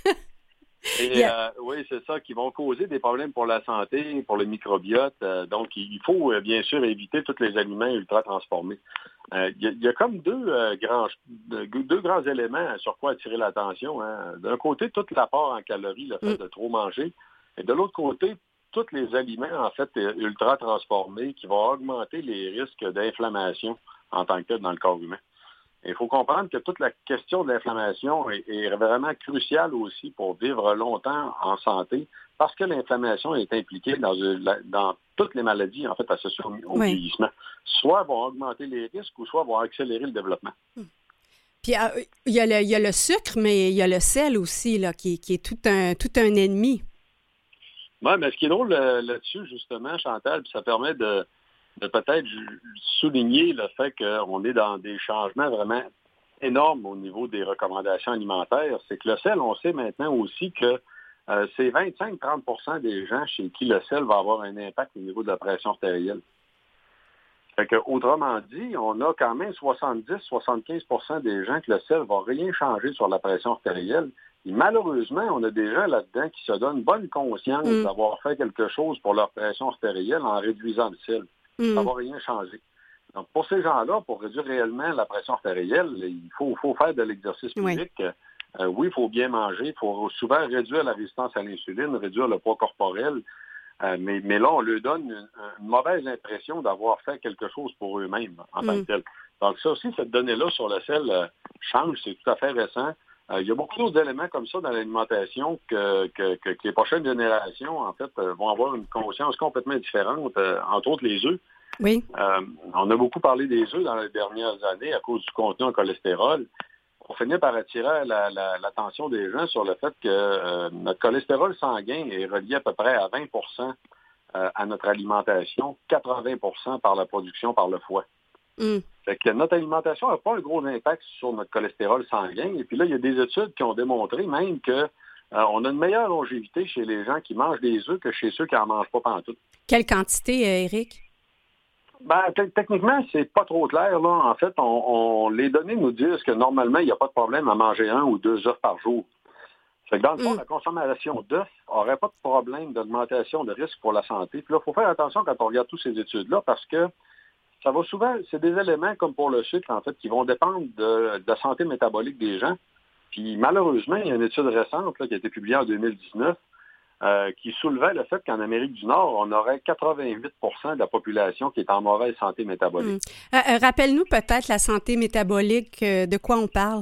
Et oui, c'est ça, qui vont causer des problèmes pour la santé, pour le microbiote. Donc, il faut bien sûr éviter tous les aliments ultra transformés. Il y a comme deux grands éléments sur quoi attirer l'attention. D'un côté, tout l'apport en calories, le fait de trop manger. Et de l'autre côté, tous les aliments, en fait, ultra transformés qui vont augmenter les risques d'inflammation en tant que tel dans le corps humain. Il faut comprendre que toute la question de l'inflammation est vraiment cruciale aussi pour vivre longtemps en santé, parce que l'inflammation est impliquée dans toutes les maladies, en fait, associées au vieillissement. Soit vont augmenter les risques, ou soit vont accélérer le développement. Puis il y a le sucre, mais il y a le sel aussi, là, qui est tout un ennemi. Oui, mais ce qui est drôle là-dessus, justement, Chantal, puis ça permet de peut-être souligner le fait qu'on est dans des changements vraiment énormes au niveau des recommandations alimentaires, c'est que le sel, on sait maintenant aussi que c'est 25-30% des gens chez qui le sel va avoir un impact au niveau de la pression artérielle. Fait que, autrement dit, on a quand même 70-75% des gens que le sel ne va rien changer sur la pression artérielle. Et malheureusement, on a des gens là-dedans qui se donnent bonne conscience d'avoir fait quelque chose pour leur pression artérielle en réduisant le sel. Ça ne va rien changer. Donc, pour ces gens-là, pour réduire réellement la pression artérielle, il faut faire de l'exercice physique. Oui, il faut bien manger. Il faut souvent réduire la résistance à l'insuline, réduire le poids corporel. Mais là, on leur donne une mauvaise impression d'avoir fait quelque chose pour eux-mêmes en tant que tel. Donc, ça aussi, cette donnée-là sur le sel change. C'est tout à fait récent. Il y a beaucoup d'autres éléments comme ça dans l'alimentation que les prochaines générations, en fait, vont avoir une conscience complètement différente, entre autres les œufs. Oui. On a beaucoup parlé des œufs dans les dernières années à cause du contenu en cholestérol. On finit par attirer l'attention des gens sur le fait que notre cholestérol sanguin est relié à peu près à 20% à notre alimentation, 80% par la production par le foie. Fait que notre alimentation n'a pas un gros impact sur notre cholestérol sanguin. Et puis là, il y a des études qui ont démontré même que on a une meilleure longévité chez les gens qui mangent des œufs que chez ceux qui n'en mangent pas pantoute. Quelle quantité, Éric? Techniquement, c'est pas trop clair, là. En fait, les données nous disent que normalement, il n'y a pas de problème à manger 1 ou 2 œufs par jour. Fait que dans le fond, la consommation d'œufs n'aurait pas de problème d'augmentation de risque pour la santé. Puis là, il faut faire attention quand on regarde toutes ces études-là parce que ça va souvent, c'est des éléments comme pour le sucre, en fait, qui vont dépendre de la santé métabolique des gens. Puis malheureusement, il y a une étude récente là, qui a été publiée en 2019 qui soulevait le fait qu'en Amérique du Nord, on aurait 88% de la population qui est en mauvaise santé métabolique. Rappelle-nous peut-être la santé métabolique, de quoi on parle?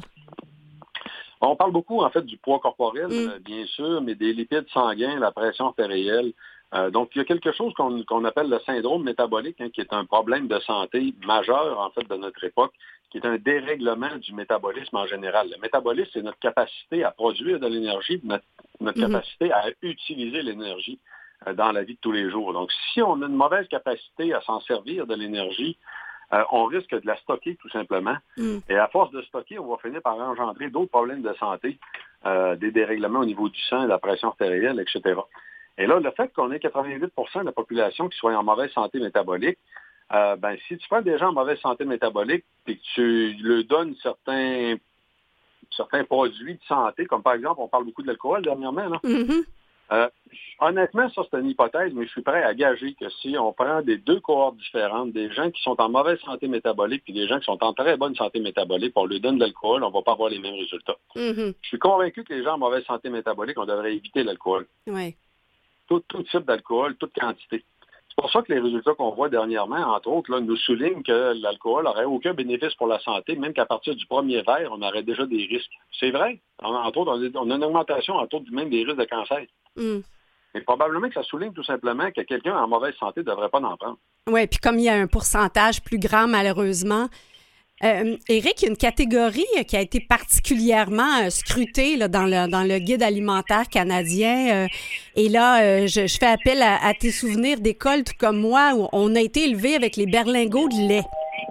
On parle beaucoup, en fait, du poids corporel, bien sûr, mais des lipides sanguins, la pression artérielle. Donc, il y a quelque chose qu'on appelle le syndrome métabolique, qui est un problème de santé majeur, en fait, de notre époque, qui est un dérèglement du métabolisme en général. Le métabolisme, c'est notre capacité à produire de l'énergie, notre capacité à utiliser l'énergie dans la vie de tous les jours. Donc, si on a une mauvaise capacité à s'en servir de l'énergie, on risque de la stocker tout simplement. Et à force de stocker, on va finir par engendrer d'autres problèmes de santé, des dérèglements au niveau du sang, de la pression artérielle, etc. Et là, le fait qu'on ait 88% de la population qui soit en mauvaise santé métabolique, si tu prends des gens en mauvaise santé métabolique et que tu leur donnes certains produits de santé, comme par exemple, on parle beaucoup de l'alcool dernièrement, là. Honnêtement, ça c'est une hypothèse, mais je suis prêt à gager que si on prend des deux cohortes différentes, des gens qui sont en mauvaise santé métabolique et des gens qui sont en très bonne santé métabolique, on leur donne de l'alcool, on ne va pas avoir les mêmes résultats. Je suis convaincu que les gens en mauvaise santé métabolique, on devrait éviter l'alcool. Oui. Tout type d'alcool, toute quantité. C'est pour ça que les résultats qu'on voit dernièrement, entre autres, là, nous soulignent que l'alcool n'aurait aucun bénéfice pour la santé, même qu'à partir du premier verre, on aurait déjà des risques. C'est vrai. Entre autres, on a une augmentation, entre autres, même des risques de cancer. Mais probablement que ça souligne tout simplement que quelqu'un en mauvaise santé ne devrait pas en prendre. Oui, puis comme il y a un pourcentage plus grand, malheureusement. Éric, il y a une catégorie qui a été particulièrement scrutée là, dans le guide alimentaire canadien. Et là, je fais appel à tes souvenirs d'école, tout comme moi, où on a été élevé avec les berlingots de lait.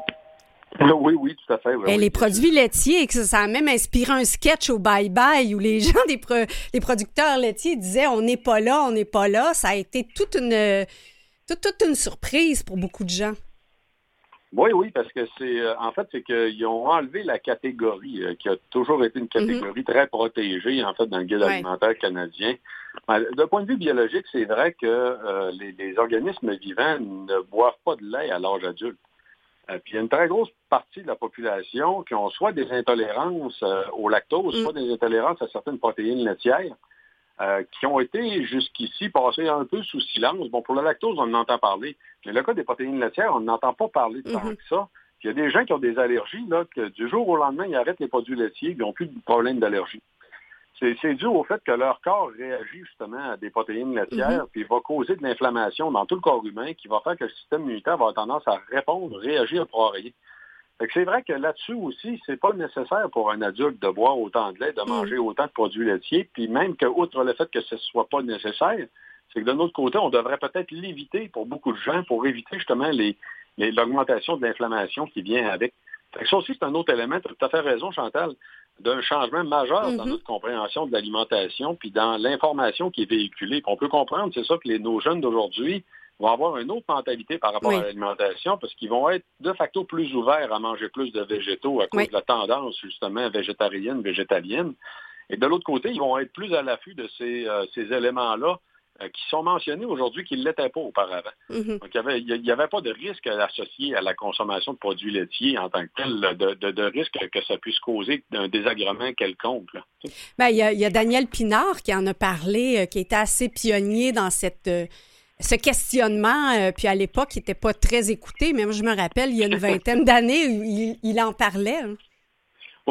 Oui, tout à fait. Oui, les produits laitiers, que ça a même inspiré un sketch au Bye-Bye où les gens des producteurs laitiers disaient « on n'est pas là, on n'est pas là ». Ça a été toute une surprise pour beaucoup de gens. Oui, parce que c'est qu'ils ont enlevé la catégorie, qui a toujours été une catégorie très protégée, en fait, dans le guide alimentaire canadien. D'un point de vue biologique, c'est vrai que les organismes vivants ne boivent pas de lait à l'âge adulte. Puis il y a une très grosse partie de la population qui ont soit des intolérances au lactose, soit des intolérances à certaines protéines laitières, qui ont été jusqu'ici passées un peu sous silence. Bon, pour le lactose, on en entend parler, mais le cas des protéines laitières, on n'entend pas parler tant que ça. Puis il y a des gens qui ont des allergies, là, que du jour au lendemain, ils arrêtent les produits laitiers, ils n'ont plus de problème d'allergie. C'est dû au fait que leur corps réagit justement à des protéines laitières, puis va causer de l'inflammation dans tout le corps humain, qui va faire que le système immunitaire va avoir tendance à répondre, réagir pour rien. Fait que c'est vrai que là-dessus aussi, c'est pas nécessaire pour un adulte de boire autant de lait, de manger autant de produits laitiers, puis même que, outre le fait que ce soit pas nécessaire, c'est que de notre côté, on devrait peut-être l'éviter pour beaucoup de gens, pour éviter justement l'augmentation de l'inflammation qui vient avec. Fait que ça aussi, c'est un autre élément, tu as tout à fait raison, Chantal, d'un changement majeur dans notre compréhension de l'alimentation, puis dans l'information qui est véhiculée. On peut comprendre, c'est ça, que nos jeunes d'aujourd'hui vont avoir une autre mentalité par rapport à l'alimentation, parce qu'ils vont être de facto plus ouverts à manger plus de végétaux à cause de la tendance, justement, végétarienne, végétalienne. Et de l'autre côté, ils vont être plus à l'affût de ces éléments-là qui sont mentionnés aujourd'hui qui ne l'étaient pas auparavant. Donc, il n'y avait pas de risque associé à la consommation de produits laitiers en tant que tel, de risque que ça puisse causer un désagrément quelconque. Là. Il y a Daniel Pinard qui en a parlé, qui était assez pionnier dans ce questionnement, puis à l'époque, il n'était pas très écouté, mais moi, je me rappelle, il y a une vingtaine d'années, il en parlait. Hein.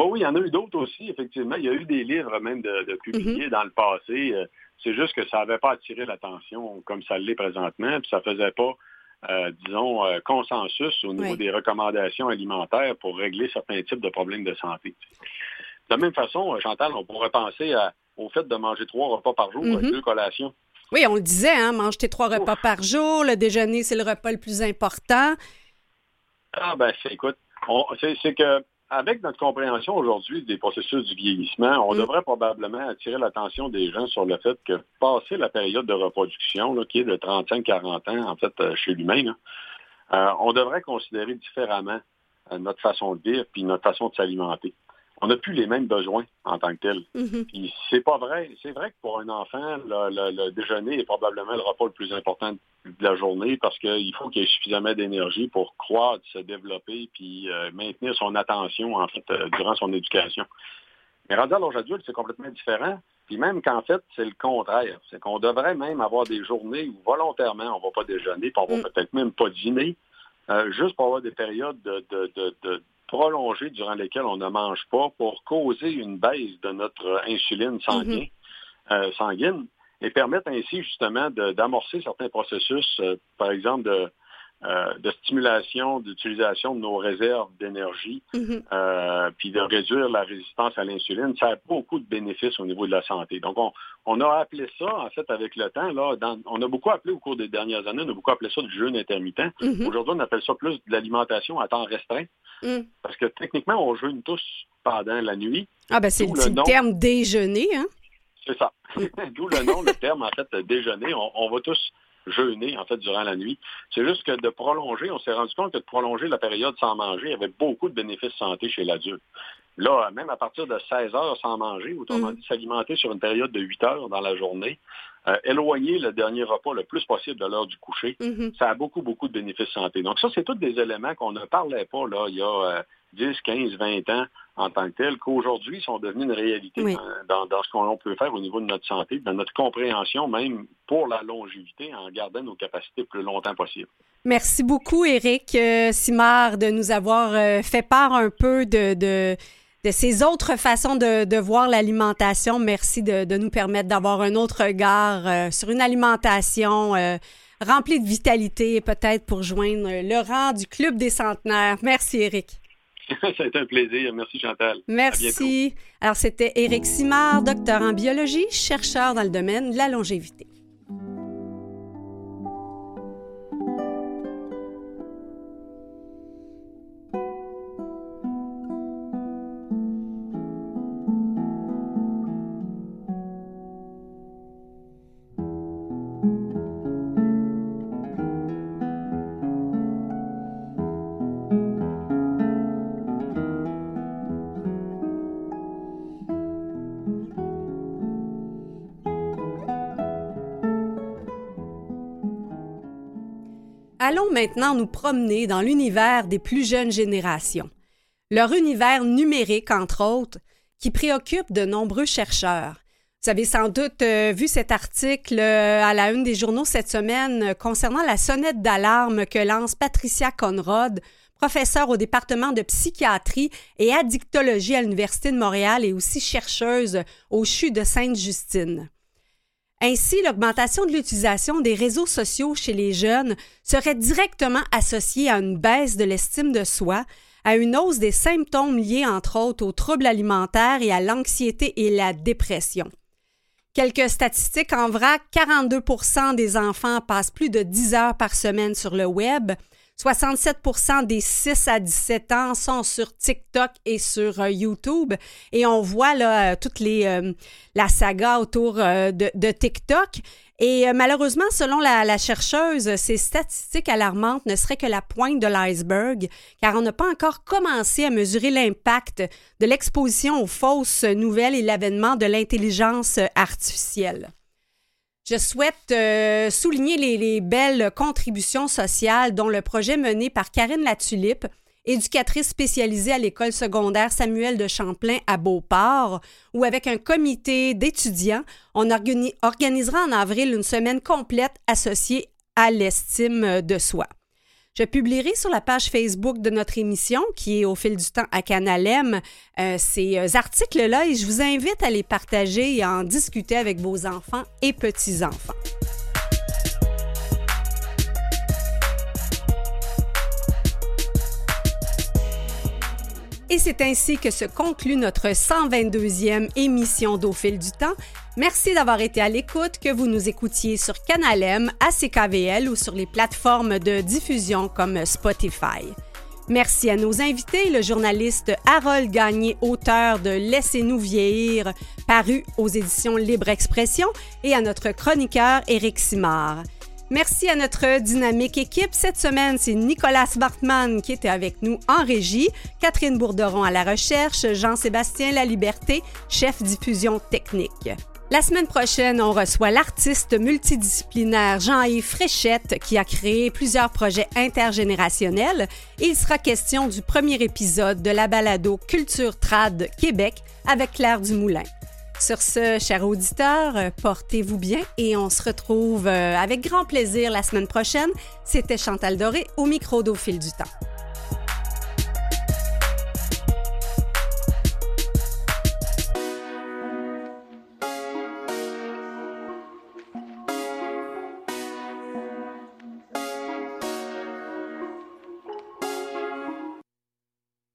Oui, il y en a eu d'autres aussi, effectivement. Il y a eu des livres même de publiés dans le passé. C'est juste que ça n'avait pas attiré l'attention comme ça l'est présentement, puis ça ne faisait pas, consensus au niveau des recommandations alimentaires pour régler certains types de problèmes de santé. De la même façon, Chantal, on pourrait penser au fait de manger 3 repas par jour avec 2 collations. Oui, on le disait, hein, mange tes 3 repas par jour, le déjeuner, c'est le repas le plus important. Ah ben, écoute, c'est que avec notre compréhension aujourd'hui des processus du vieillissement, on devrait probablement attirer l'attention des gens sur le fait que passer la période de reproduction, là, qui est de 35-40 ans, en fait, chez l'humain, là, on devrait considérer différemment notre façon de vivre puis notre façon de s'alimenter. On n'a plus les mêmes besoins en tant que tel. Puis c'est pas vrai. C'est vrai que pour un enfant, le déjeuner est probablement le repas le plus important de la journée parce qu'il faut qu'il y ait suffisamment d'énergie pour croître, se développer, puis maintenir son attention, en fait, durant son éducation. Mais rendu à l'âge adulte, c'est complètement différent. Puis même qu'en fait, c'est le contraire. C'est qu'on devrait même avoir des journées où volontairement, on ne va pas déjeuner, puis on va peut-être même pas dîner, juste pour avoir des périodes de prolongées durant lesquelles on ne mange pas pour causer une baisse de notre insuline sanguine et permettre ainsi justement d'amorcer certains processus, par exemple de stimulation, d'utilisation de nos réserves d'énergie, puis de réduire la résistance à l'insuline. Ça a beaucoup de bénéfices au niveau de la santé. Donc, on a appelé ça, en fait, avec le temps, là, on a beaucoup appelé au cours des dernières années, on a beaucoup appelé ça du jeûne intermittent. Aujourd'hui, on appelle ça plus de l'alimentation à temps restreint, parce que techniquement, on jeûne tous pendant la nuit. Ah ben c'est le terme déjeuner, hein? C'est ça. D'où le terme, en fait, déjeuner. On va tous jeûner, en fait, durant la nuit. C'est juste que de prolonger, on s'est rendu compte que de prolonger la période sans manger, il y avait beaucoup de bénéfices santé chez l'adulte. Là, même à partir de 16 heures sans manger, autrement dit, s'alimenter sur une période de 8 heures dans la journée, éloigner le dernier repas le plus possible de l'heure du coucher, ça a beaucoup, beaucoup de bénéfices santé. Donc ça, c'est tous des éléments qu'on ne parlait pas là il y a 10, 15, 20 ans en tant que tel, qu'aujourd'hui sont devenus une réalité dans ce qu'on peut faire au niveau de notre santé, de notre compréhension même pour la longévité en gardant nos capacités le plus longtemps possible. Merci beaucoup, Éric Simard, de nous avoir fait part un peu de ces autres façons de voir l'alimentation. Merci de nous permettre d'avoir un autre regard sur une alimentation remplie de vitalité et peut-être pour joindre le rang du Club des centenaires. Merci, Éric. Ça a été un plaisir. Merci, Chantal. Merci. Alors, c'était Éric Simard, docteur en biologie, chercheur dans le domaine de la longévité. Allons maintenant nous promener dans l'univers des plus jeunes générations. Leur univers numérique, entre autres, qui préoccupe de nombreux chercheurs. Vous avez sans doute vu cet article à la une des journaux cette semaine concernant la sonnette d'alarme que lance Patricia Conrad, professeure au département de psychiatrie et addictologie à l'Université de Montréal et aussi chercheuse au CHU de Sainte-Justine. Ainsi, l'augmentation de l'utilisation des réseaux sociaux chez les jeunes serait directement associée à une baisse de l'estime de soi, à une hausse des symptômes liés entre autres aux troubles alimentaires et à l'anxiété et la dépression. Quelques statistiques en vrac, 42% des enfants passent plus de 10 heures par semaine sur le web, 67% des 6 à 17 ans sont sur TikTok et sur YouTube. Et on voit là toute la saga autour de TikTok. Et malheureusement, selon la chercheuse, ces statistiques alarmantes ne seraient que la pointe de l'iceberg, car on n'a pas encore commencé à mesurer l'impact de l'exposition aux fausses nouvelles et l'avènement de l'intelligence artificielle. Je souhaite souligner les belles contributions sociales dont le projet mené par Karine Latulippe, éducatrice spécialisée à l'école secondaire Samuel de Champlain à Beauport, où avec un comité d'étudiants, on organisera en avril une semaine complète associée à l'estime de soi. Je publierai sur la page Facebook de notre émission, qui est Au fil du temps à Canal M, ces articles-là et je vous invite à les partager et à en discuter avec vos enfants et petits-enfants. Et c'est ainsi que se conclut notre 122e émission d'Au fil du temps. Merci d'avoir été à l'écoute, que vous nous écoutiez sur Canal M, à CKVL ou sur les plateformes de diffusion comme Spotify. Merci à nos invités, le journaliste Harold Gagné, auteur de Laissez-nous vieillir, paru aux éditions Libre Expression, et à notre chroniqueur Éric Simard. Merci à notre dynamique équipe. Cette semaine, c'est Nicolas Bartman qui était avec nous en régie, Catherine Bourderon à la recherche, Jean-Sébastien Laliberté, chef diffusion technique. La semaine prochaine, on reçoit l'artiste multidisciplinaire Jean-Yves Fréchette qui a créé plusieurs projets intergénérationnels. Il sera question du premier épisode de la balado Culture Trad Québec avec Claire Dumoulin. Sur ce, chers auditeurs, portez-vous bien et on se retrouve avec grand plaisir la semaine prochaine. C'était Chantal Doré au micro d'Au fil du temps.